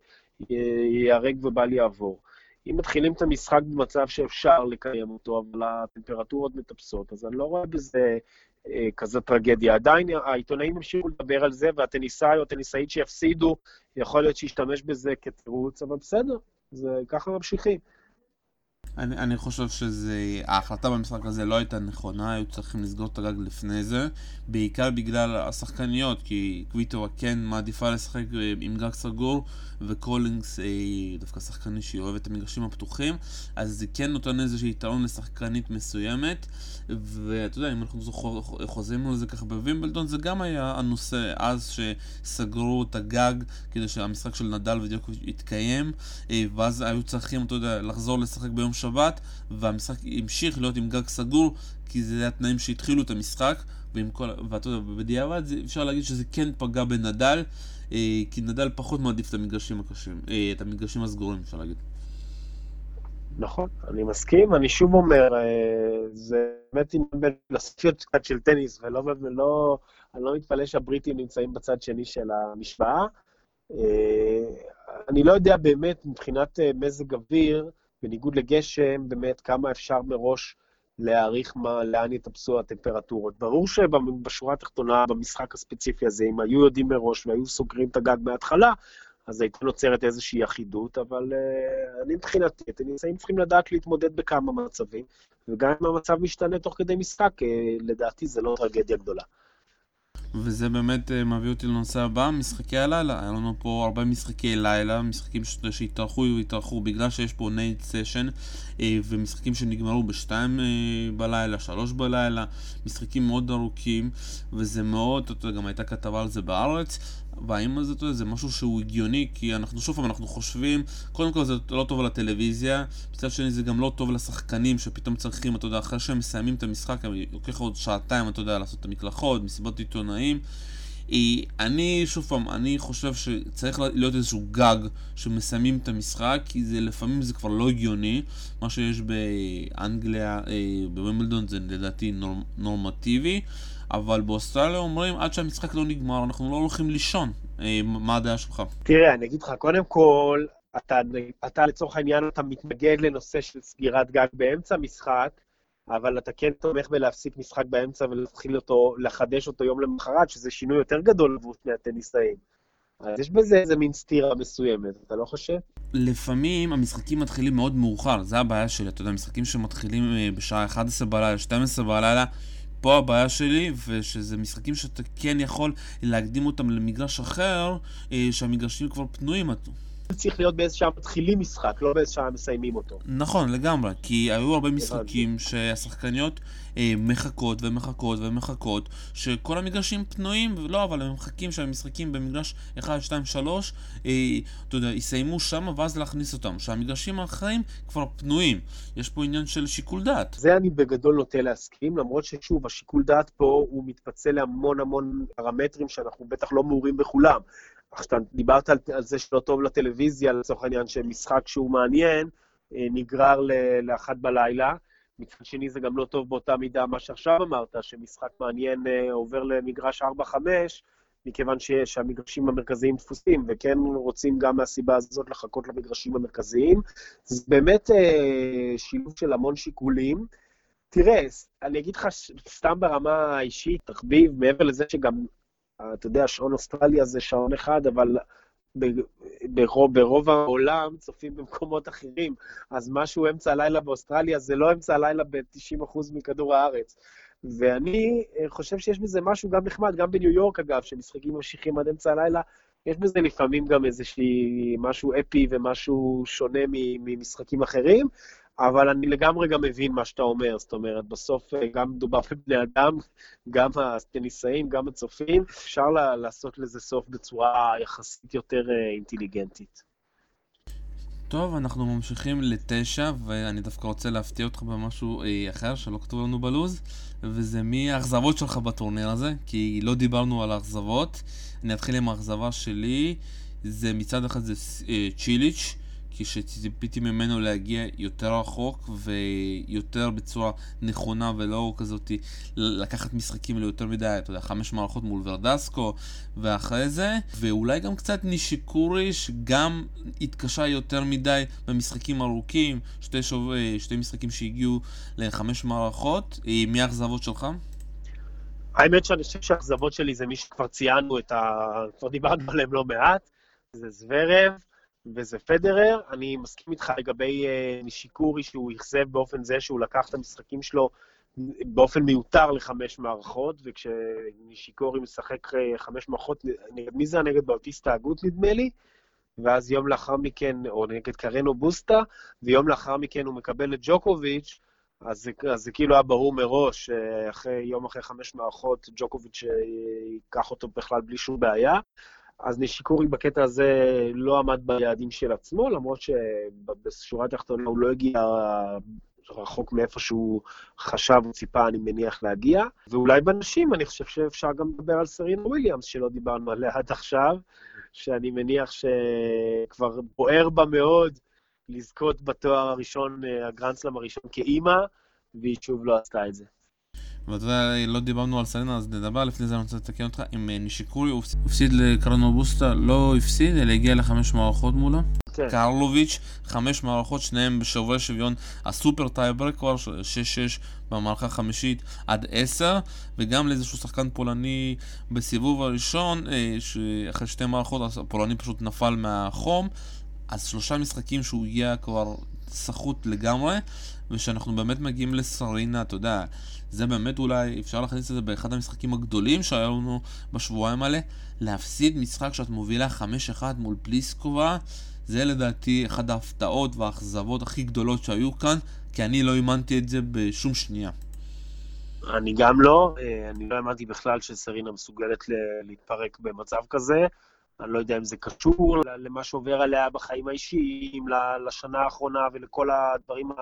שיהרג ובל יעבור. אם מתחילים את המשחק במצב שאפשר לקיים אותו, אבל הטמפרטורות מטפסות, אז אני לא רואה בזה אה, כזה טרגדיה. עדיין העיתונאים המשיכו לדבר על זה, והטניסאי או הטניסאית שיפסידו, יכול להיות שישתמש בזה כתירוץ, אבל בסדר, זה ככה ממשיכים. אני, אני חושב שההחלטה במשחק הזה לא הייתה נכונה, היו צריכים לסגור את הגג לפני זה, בעיקר בגלל השחקניות, כי קוויטובה כן מעדיפה לשחק עם גג סגור, וקולינגס היא דווקא שחקנית שהיא אוהבת את המגרשים הפתוחים, אז זה כן נותן איזושהי יתרון לשחקנית מסוימת, ואתה יודע, אם אנחנו חוזרים על זה ככה בווימבלדון, זה גם היה הנושא אז שסגרו את הגג כדי שהמשחק של נדל ודיוקוביץ' יתקיים, ואז היו צריכים, אתה יודע, לחזור לשחק ביום שבת, והמשחק המשיך להיות עם גג סגור, כי זה התנאים שהתחילו את המשחק, כל... ואתה יודע, בדיעבד אפשר להגיד שזה כן פגע בנדל, אה, כי נדל פחות מעדיף את המגרשים הקשים, אה, את המגרשים הסגורים, אפשר להגיד. נכון, אני מסכים, אני שוב אומר, אה, זה באמת עניין לספיות קצת של טניס, ולא, ולא, אני לא מתפלא שהבריטים נמצאים בצד שני של המשוואה. אה, אני לא יודע באמת מבחינת מזג אוויר, בניגוד לגשם, באמת כמה אפשר מראש להעריך מה, לאן יטפסו הטמפרטורות. ברור שבשורה התחתונה, במשחק הספציפי הזה, אם היו יודעים מראש והיו סוגרים את הגג מההתחלה, אז הייתה נוצרת איזושהי אחידות, אבל uh, אני מבחינתי, הטניסאים צריכים לדעת להתמודד בכמה מצבים, וגם אם המצב משתנה תוך כדי משחק, uh, לדעתי זה לא טרגדיה גדולה. וזה באמת מביא אותי לנושא הבא, משחקי הלילה. היה לנו פה הרבה משחקי לילה, משחקים שהתארחו והתארחו בגלל שיש פה נייט סשן, ומשחקים שנגמרו בשתיים בלילה, שלוש בלילה, משחקים מאוד ארוכים, וזה מאוד, אתה יודע, גם הייתה כתבה על זה בארץ, והאם הזה, אתה יודע, זה משהו שהוא הגיוני, כי אנחנו שוב פעם, אנחנו חושבים, קודם כל זה לא טוב לטלוויזיה, מצד שני זה גם לא טוב לשחקנים שפתאום צריכים, אתה יודע, אחרי שהם מסיימים את המשחק, הם לוקח עוד שעתיים, אתה יודע, לעשות את המקלחות, מסיבות עיתונאים. אני, שוב פעם, אני חושב שצריך להיות איזשהו גג שמסיימים את המשחק, כי זה לפעמים זה כבר לא הגיוני, מה שיש באנגליה, בווימבלדון זה לדעתי נור, נורמטיבי, אבל באוסטרליה אומרים, עד שהמשחק לא נגמר, אנחנו לא הולכים לישון. מה הדעה שלך? תראה, אני אגיד לך, קודם כל, אתה, אתה לצורך העניין, אתה מתנגד לנושא של סגירת גג באמצע משחק, אבל אתה כן תומך בלהפסיק משחק באמצע ולהתחיל אותו, לחדש אותו יום למחרת, שזה שינוי יותר גדול עבור שני הטניסאים. אז יש בזה איזה מין סתירה מסוימת, אתה לא חושב? לפעמים המשחקים מתחילים מאוד מאוחר, זה הבעיה שלי, אתה יודע, משחקים שמתחילים אה, בשעה אחת עשרה בלילה, שתים עשרה בלילה, פה הבעיה שלי, ושזה משחקים שאתה כן יכול להקדים אותם למגרש אחר, אה, שהמגרשים כבר פנויים. צריך להיות באיזה שעה מתחילים משחק, לא באיזה שעה מסיימים אותו. נכון, לגמרי, כי היו הרבה הבנתי. משחקים שהשחקניות אה, מחכות ומחכות ומחכות, שכל המגרשים פנויים, ולא, אבל הם מחכים שהמשחקים במגרש אחת, שתיים, שלוש, אה, אתה יודע, יסיימו שם ואז להכניס אותם, שהמגרשים האחרים כבר פנויים. יש פה עניין של שיקול דעת. זה אני בגדול נוטה להסכים, למרות ששוב, השיקול דעת פה הוא מתפצל להמון המון פרמטרים שאנחנו בטח לא מעורים בכולם. עכשיו, דיברת על, על זה שלא טוב לטלוויזיה, לצורך העניין שמשחק שהוא מעניין, נגרר ל- לאחת בלילה. מצד שני זה גם לא טוב באותה מידה מה שעכשיו אמרת, שמשחק מעניין עובר למגרש ארבע חמש, מכיוון שיש, שהמגרשים המרכזיים דפוסים, וכן רוצים גם מהסיבה הזאת לחכות למגרשים המרכזיים. זה באמת שילוב של המון שיקולים. תראה, אני אגיד לך סתם ברמה האישית, תחביב, מעבר לזה שגם, אתה יודע, שעון אוסטרליה זה שעון אחד, אבל ברוב, ברוב העולם צופים במקומות אחרים, אז משהו אמצע הלילה באוסטרליה זה לא אמצע הלילה ב-תשעים אחוז מכדור הארץ. ואני חושב שיש בזה משהו גם נחמד, גם בניו יורק אגב, שמשחקים ממשיכים עד אמצע הלילה, יש בזה לפעמים גם איזושהי משהו אפי ומשהו שונה ממשחקים אחרים, אבל אני לגמרי גם מבין מה שאתה אומר, זאת אומרת, בסוף גם מדובר בבני אדם, גם הטניסאים, גם הצופים, אפשר לעשות לזה סוף בצורה יחסית יותר אינטליגנטית. טוב, אנחנו ממשיכים לתשע, ואני דווקא רוצה להפתיע אותך במשהו אה, אחר שלא כתוב לנו בלוז, וזה מי האכזבות שלך בטורניר הזה, כי לא דיברנו על האכזבות. אני אתחיל עם האכזבה שלי, זה מצד אחד זה אה, צ'יליץ', כי שציפיתי ממנו להגיע יותר רחוק ויותר בצורה נכונה ולא כזאת לקחת משחקים ליותר מדי, אתה יודע, חמש מערכות מול ורדסקו ואחרי זה, ואולי גם קצת נישיקורי שגם התקשה יותר מדי במשחקים ארוכים, שתי, שוב, שתי משחקים שהגיעו לחמש מערכות. מי האכזבות שלך? האמת שאני חושב שהאכזבות שלי זה מי שכבר ציינו את ה... כבר דיברנו עליהם לא מעט, זה זוורב, וזה פדרר. אני מסכים איתך לגבי uh, נישיקורי שהוא יחזב באופן זה שהוא לקח את המשחקים שלו באופן מיותר לחמש מערכות, וכשנישיקורי משחק uh, חמש מערכות, נגד מי זה? נגד באוטיסטה הגות נדמה לי, ואז יום לאחר מכן, או נגד קרנו בוסטה, ויום לאחר מכן הוא מקבל את ג'וקוביץ', אז, אז זה כאילו היה ברור מראש, אחרי, יום אחרי חמש מערכות, ג'וקוביץ' ייקח אותו בכלל בלי שום בעיה. אז נישיקורי בקטע הזה לא עמד ביעדים של עצמו, למרות שבשורה התחתונה הוא לא הגיע רחוק מאיפה שהוא חשב וציפה, אני מניח, להגיע. ואולי בנשים, אני חושב שאפשר גם לדבר על סרינה וויליאמס, שלא דיברנו עליה עד עכשיו, שאני מניח שכבר בוער בה מאוד לזכות בתואר הראשון, הגרנדסלאם הראשון כאימא, והיא שוב לא עשתה את זה. ואתה יודע, לא דיברנו על סרינה, אז נדבר. לפני זה אני רוצה לתקן אותך. אם נישיקורי הפסיד לקרנו בוסטה, לא הפסיד, אלא הגיע לחמש מערכות מולו. כן. קרלוביץ', חמש מערכות, שניהם בשוברי שוויון, הסופר טייברק כבר, שש שש במערכה חמישית עד עשר, וגם לאיזשהו שחקן פולני בסיבוב הראשון, שאחרי שתי מערכות, הפולני פשוט נפל מהחום, אז שלושה משחקים שהוא הגיע כבר סחוט לגמרי, ושאנחנו באמת מגיעים לסרינה, אתה יודע, זה באמת אולי, אפשר להכניס את זה באחד המשחקים הגדולים שהיה לנו בשבועיים האלה, להפסיד משחק שאת מובילה חמש אחת מול פליסקובה, זה לדעתי אחד ההפתעות והאכזבות הכי גדולות שהיו כאן, כי אני לא אימנתי את זה בשום שנייה. אני גם לא, אני לא אימנתי בכלל שסרינה מסוגלת להתפרק במצב כזה, אני לא יודע אם זה קשור למה שעובר עליה בחיים האישיים, לשנה האחרונה ולכל הדברים,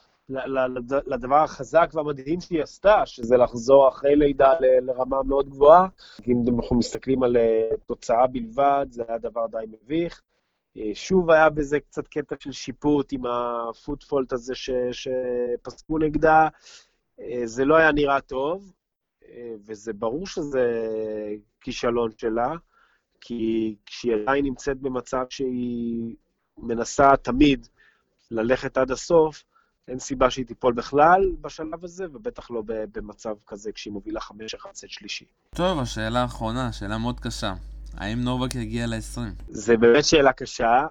לדבר החזק והמדהים שהיא עשתה, שזה לחזור אחרי לידה לרמה מאוד גבוהה. אם אנחנו מסתכלים על תוצאה בלבד, זה היה דבר די מביך. שוב היה בזה קצת קטע של שיפוט עם הפוטפולט הזה שפסקו נגדה, זה לא היה נראה טוב, וזה ברור שזה כישלון שלה, כי כשהיא עדיין נמצאת במצב שהיא מנסה תמיד ללכת עד הסוף, אין סיבה שהיא תיפול בכלל בשלב הזה, ובטח לא במצב כזה כשהיא מובילה חמש אחת סט שלישי. טוב, השאלה האחרונה, שאלה מאוד קשה. האם נובק יגיע ל-עשרים? זה באמת שאלה קשה.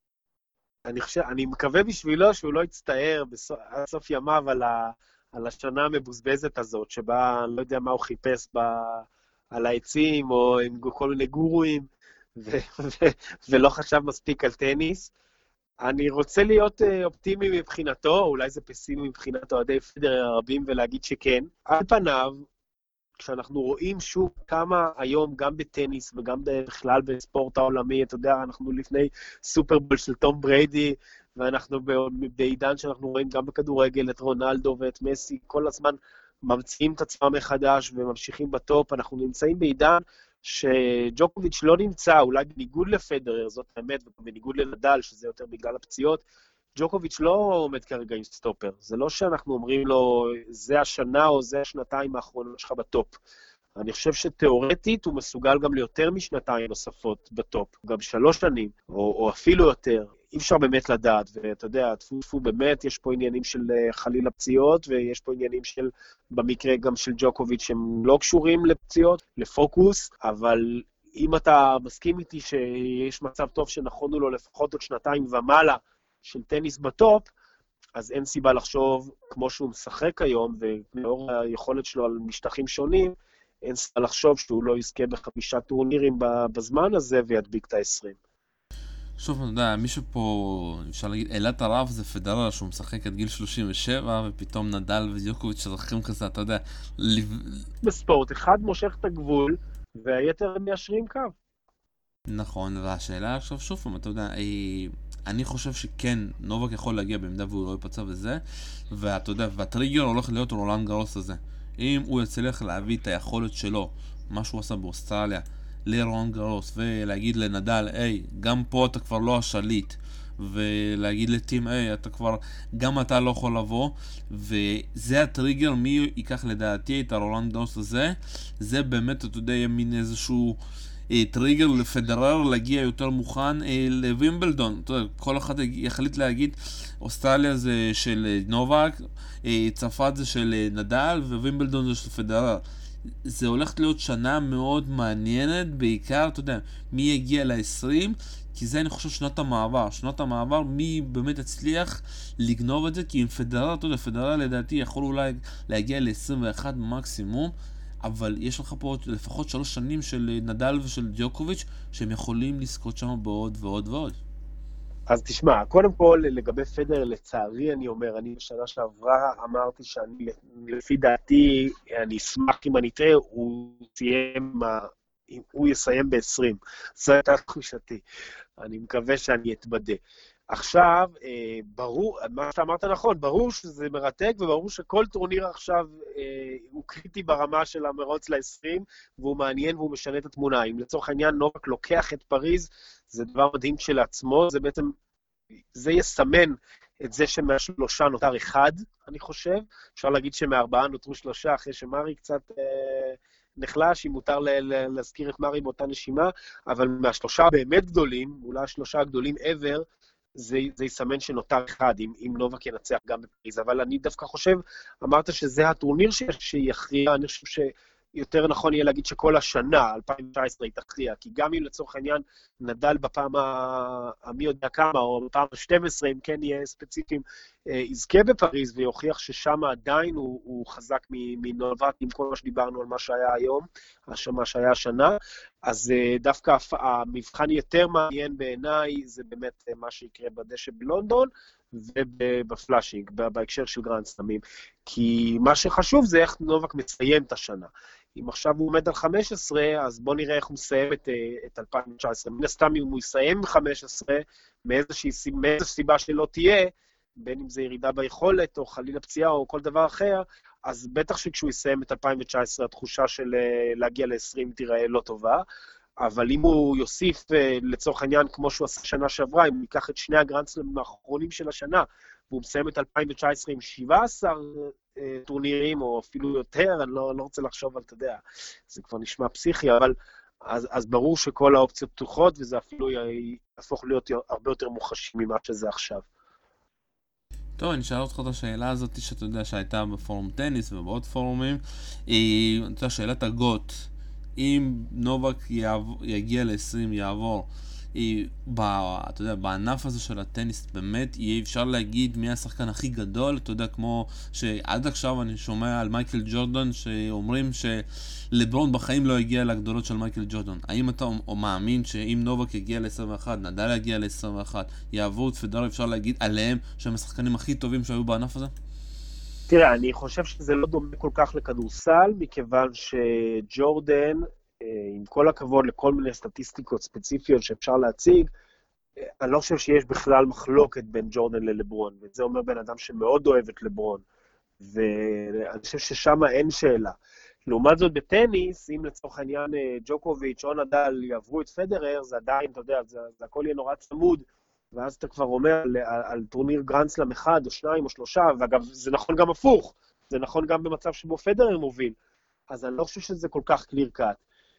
אני חושב, אני מקווה בשבילו שהוא לא יצטער בסוף, עד סוף ימיו על, ה, על השנה המבוזבזת הזאת, שבה אני לא יודע מה הוא חיפש ב, על העצים, או עם כל מיני גורואים, ו, ו, ולא חשב מספיק על טניס. אני רוצה להיות אופטימי מבחינתו, אולי זה פסימי מבחינת אוהדי פדרר הרבים, ולהגיד שכן. על פניו, כשאנחנו רואים שוב כמה היום, גם בטניס וגם בכלל בספורט העולמי, אתה יודע, אנחנו לפני סופרבול של תום בריידי, ואנחנו בעידן שאנחנו רואים גם בכדורגל את רונלדו ואת מסי, כל הזמן ממציאים את עצמם מחדש וממשיכים בטופ. אנחנו נמצאים בעידן שג'וקוביץ' לא נמצא, אולי בניגוד לפדרר, זאת האמת, ובניגוד לנדל, שזה יותר בגלל הפציעות, ג'וקוביץ' לא עומד כרגע עם סטופר. זה לא שאנחנו אומרים לו, זה השנה או זה השנתיים האחרונות שלך בטופ. אני חושב שתיאורטית הוא מסוגל גם ליותר משנתיים נוספות בטופ, גם שלוש שנים, או, או אפילו יותר. אי אפשר באמת לדעת, ואתה יודע, תפו באמת, יש פה עניינים של חלילה פציעות, ויש פה עניינים של, במקרה גם של ג'וקוביץ' שהם לא קשורים לפציעות, לפוקוס, אבל אם אתה מסכים איתי שיש מצב טוב שנכונו לו לפחות עוד שנתיים ומעלה של טניס בטופ, אז אין סיבה לחשוב, כמו שהוא משחק היום, ולאור היכולת שלו על משטחים שונים, אין סיבה לחשוב שהוא לא יזכה בחמישה טורנירים בזמן הזה וידביק את ה-עשרים. שוב, אתה יודע, מישהו פה, אפשר להגיד, אלת הרב זה פדרר שהוא משחק עד גיל שלושים ושבע, ופתאום נדל ודיוקוביץ' שזכים כזה, אתה יודע, ליו... בספורט, אחד מושך את הגבול, והיתר מיישרים קו. נכון, והשאלה עכשיו שוב פעם, אתה יודע, אני חושב שכן, נובק יכול להגיע במידה והוא לא ייפצע וזה, ואתה יודע, והטריגר הולך להיות רולנד גרוס הזה. אם הוא יצליח להביא את היכולת שלו, מה שהוא עשה באוסטרליה, לרולנד גרוס, ולהגיד לנדל, היי, גם פה אתה כבר לא השליט, ולהגיד לטים, היי, אתה כבר, גם אתה לא יכול לבוא, וזה הטריגר, מי ייקח לדעתי את הרולנד גרוס הזה, זה באמת, אתה יודע, מין איזשהו טריגר לפדרר להגיע יותר מוכן אה, לווימבלדון. אתה יודע, כל אחד יחליט להגיד אוסטרליה זה של נובק, אה, צרפת זה של אה, נדל, ווימבלדון זה של פדרר. זה הולך להיות שנה מאוד מעניינת, בעיקר, אתה יודע, מי יגיע ל-עשרים, כי זה אני חושב שנות המעבר. שנות המעבר, מי באמת הצליח לגנוב את זה, כי עם פדרר, אתה יודע, פדרר לדעתי יכול אולי להגיע ל-עשרים ואחת מקסימום, אבל יש לך פה לפחות שלוש שנים של נדל ושל דיוקוביץ' שהם יכולים לזכות שם בעוד ועוד ועוד. אז תשמע, קודם כל לגבי פדרר, לצערי אני אומר, אני בשנה שעברה אמרתי שאני, לפי דעתי, אני אשמח אם אני אתראה, הוא סיים, הוא יסיים ב-עשרים. זו הייתה תחושתי. אני מקווה שאני אתבדה. עכשיו, ברור, מה שאמרת נכון, ברור שזה מרתק, וברור שכל טורניר עכשיו הוא קריטי ברמה של המרוץ ל-עשרים, והוא מעניין והוא משנה את התמונה. אם לצורך העניין נובק לוקח את פריז, זה דבר מדהים כשלעצמו, זה בעצם, זה יסמן את זה שמהשלושה נותר אחד, אני חושב. אפשר להגיד שמארבעה נותרו שלושה, אחרי שמרי קצת אה, נחלש, אם מותר ל- ל- להזכיר את מרי באותה נשימה, אבל מהשלושה באמת גדולים, אולי השלושה הגדולים ever, זה, זה יסמן שנותר אחד, אם, אם נובק ינצח גם בפריז. אבל אני דווקא חושב, אמרת שזה הטורניר ש- שיכריע, אני חושב ש... יותר נכון יהיה להגיד שכל השנה, אלפיים תשע עשרה, היא תכריע, כי גם אם לצורך העניין נדל בפעם המי יודע כמה, או בפעם ה-שתים עשרה, אם כן יהיה ספציפיים, יזכה בפריז ויוכיח ששם עדיין הוא, הוא חזק מנובק, עם כל מה שדיברנו על מה שהיה היום, מה שהיה השנה, אז דווקא המבחן יותר מעניין בעיניי, זה באמת מה שיקרה בדשא בלונדון, ובפלאשינג, בהקשר של גרנד סלאמים, כי מה שחשוב זה איך נובק מסיים את השנה. אם עכשיו הוא עומד על חמש עשרה, אז בוא נראה איך הוא מסיים את, את אלפיים תשע עשרה. מן הסתם אם הוא יסיים עם חמש עשרה, מאיזושהי סיבה שלא תהיה, בין אם זה ירידה ביכולת, או חלילה פציעה, או כל דבר אחר, אז בטח שכשהוא יסיים את אלפיים תשע עשרה, התחושה של להגיע ל-עשרים תיראה לא טובה, אבל אם הוא יוסיף לצורך העניין, כמו שהוא עשה שנה שעברה, אם הוא ייקח את שני הגרנדסלמים האחרונים של השנה, והוא מסיים את אלפיים תשע עשרה עם שבעה עשר טורנירים, או אפילו יותר, אני לא, לא רוצה לחשוב על, אתה יודע, זה כבר נשמע פסיכי, אבל אז, אז ברור שכל האופציות פתוחות, וזה אפילו יהפוך להיות הרבה יותר מוחשי ממה שזה עכשיו. טוב, אני אשאל אותך את השאלה הזאת שאתה יודע שהייתה בפורום טניס ובעוד פורומים. היא, אתה יודע, שאלת הגוט. אם נובק יעבור, יגיע ל-עשרים, יעבור, היא, ב, אתה יודע, בענף הזה של הטניס באמת יהיה אפשר להגיד מי השחקן הכי גדול, אתה יודע, כמו שעד עכשיו אני שומע על מייקל ג'ורדן שאומרים שלברון בחיים לא הגיע לגדולות של מייקל ג'ורדן. האם אתה או מאמין שאם נובק יגיע ל-עשרים ואחת, נדל יגיע ל-עשרים ואחת, יעבור את פדרר, אפשר להגיד עליהם שהם השחקנים הכי טובים שהיו בענף הזה? תראה, אני חושב שזה לא דומה כל כך לכדורסל, מכיוון שג'ורדן, עם כל הכבוד לכל מיני סטטיסטיקות ספציפיות שאפשר להציג, אני לא חושב שיש בכלל מחלוקת בין ג'ורדן ללברון, וזה אומר בן אדם שמאוד אוהב את לברון, ואני חושב ששם אין שאלה. לעומת זאת בטניס, אם לצורך העניין ג'וקוביץ' או נדל יעברו את פדרר, זה עדיין, אתה יודע, זה, זה הכל יהיה נורא צמוד, ואז אתה כבר אומר על, על, על טורניר גרנדסלאם אחד או שניים או שלושה, ואגב, זה נכון גם הפוך, זה נכון גם במצב שבו פדרר מוביל, אז אני לא חושב שזה כל כך קליר קאט.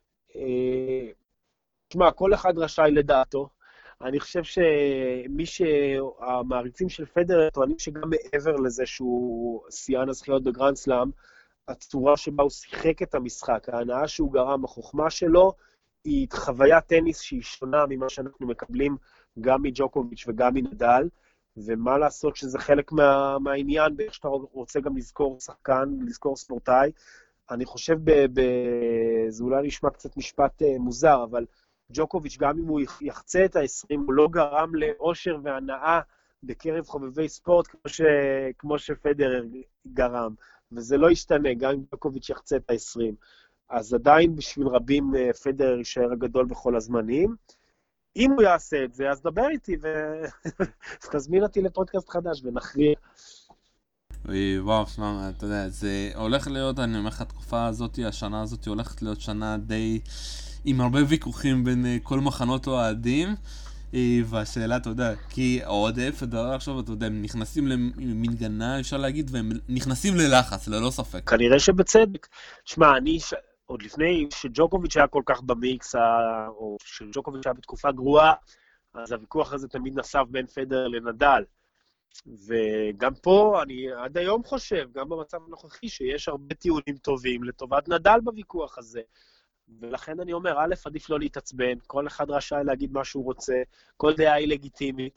תשמע, כל אחד רשאי לדעתו. אני חושב שמי שהמעריצים של פדרר טוענים שגם מעבר לזה שהוא שיאן הזכיות בגרנדסלאם, הצורה שבה הוא שיחק את המשחק, ההנאה שהוא גרם, החוכמה שלו, היא חוויית טניס שהיא שונה ממה שאנחנו מקבלים גם מג'וקוביץ' וגם מנדל, ומה לעשות שזה חלק מה, מהעניין, באיך שאתה רוצה גם לזכור שחקן, לזכור ספורטאי. אני חושב, ב, ב, זה אולי נשמע קצת משפט מוזר, אבל ג'וקוביץ' גם אם הוא יחצה את ה-עשרים, הוא לא גרם לאושר והנאה בקרב חובבי ספורט, כמו, ש, כמו שפדרר גרם, וזה לא ישתנה, גם אם ג'וקוביץ' יחצה את ה-עשרים. אז עדיין בשביל רבים פדרר יישאר הגדול בכל הזמנים. אם הוא יעשה את זה, אז דבר איתי ותזמין אותי לפודקאסט חדש ונכריע. וואו, שמע, אתה יודע, זה הולך להיות, אני אומר לך, התקופה הזאת, השנה הזאת הולכת להיות שנה די עם הרבה ויכוחים בין כל מחנות אוהדים, והשאלה, אתה יודע, כי אוהדי פדרר עכשיו, אתה יודע, הם נכנסים למנגנה, אפשר להגיד, והם נכנסים ללחץ, ללא ספק. כנראה שבצדק. שמע, אני, ש... עוד לפני שג'וקוביץ' היה כל כך במיקס, או שג'וקוביץ' היה בתקופה גרועה, אז הוויכוח הזה תמיד נסף בין פדרר לנדל. וגם פה אני עד היום חושב, גם במצב הנוכחי, שיש הרבה טיעונים טובים לטובת נדל בוויכוח הזה. ולכן אני אומר, א', עדיף לא להתעצבן, כל אחד רשאי להגיד מה שהוא רוצה, כל דעה היא לגיטימית.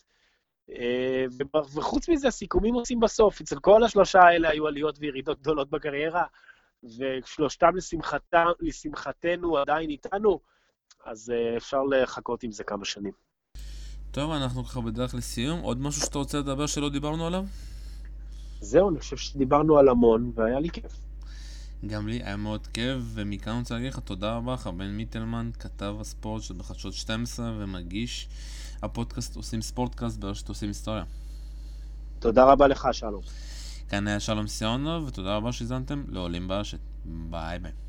וחוץ מזה, סיכומים עושים בסוף. אצל כל השלושה האלה היו עליות וירידות גדולות בקריירה, ושלושתם לשמחתם, לשמחתנו עדיין איתנו, אז אפשר לחכות עם זה כמה שנים. טוב, אנחנו ככה בדרך לסיום. עוד משהו שאתה רוצה לדבר שלא דיברנו עליו? זהו, אני חושב שדיברנו על המון, והיה לי כיף. גם לי היה מאוד כיף, ומכאן אני רוצה להגיד לך תודה רבה, בן מיטלמן, כתב הספורט של בחדשות שתים עשרה ומגיש הפודקאסט עושים ספורטקאסט ברשת עושים היסטוריה. תודה רבה לך, שלום. כאן היה שלום סיונוב, ותודה רבה שהזנתם לעולים ברשת. ביי ביי.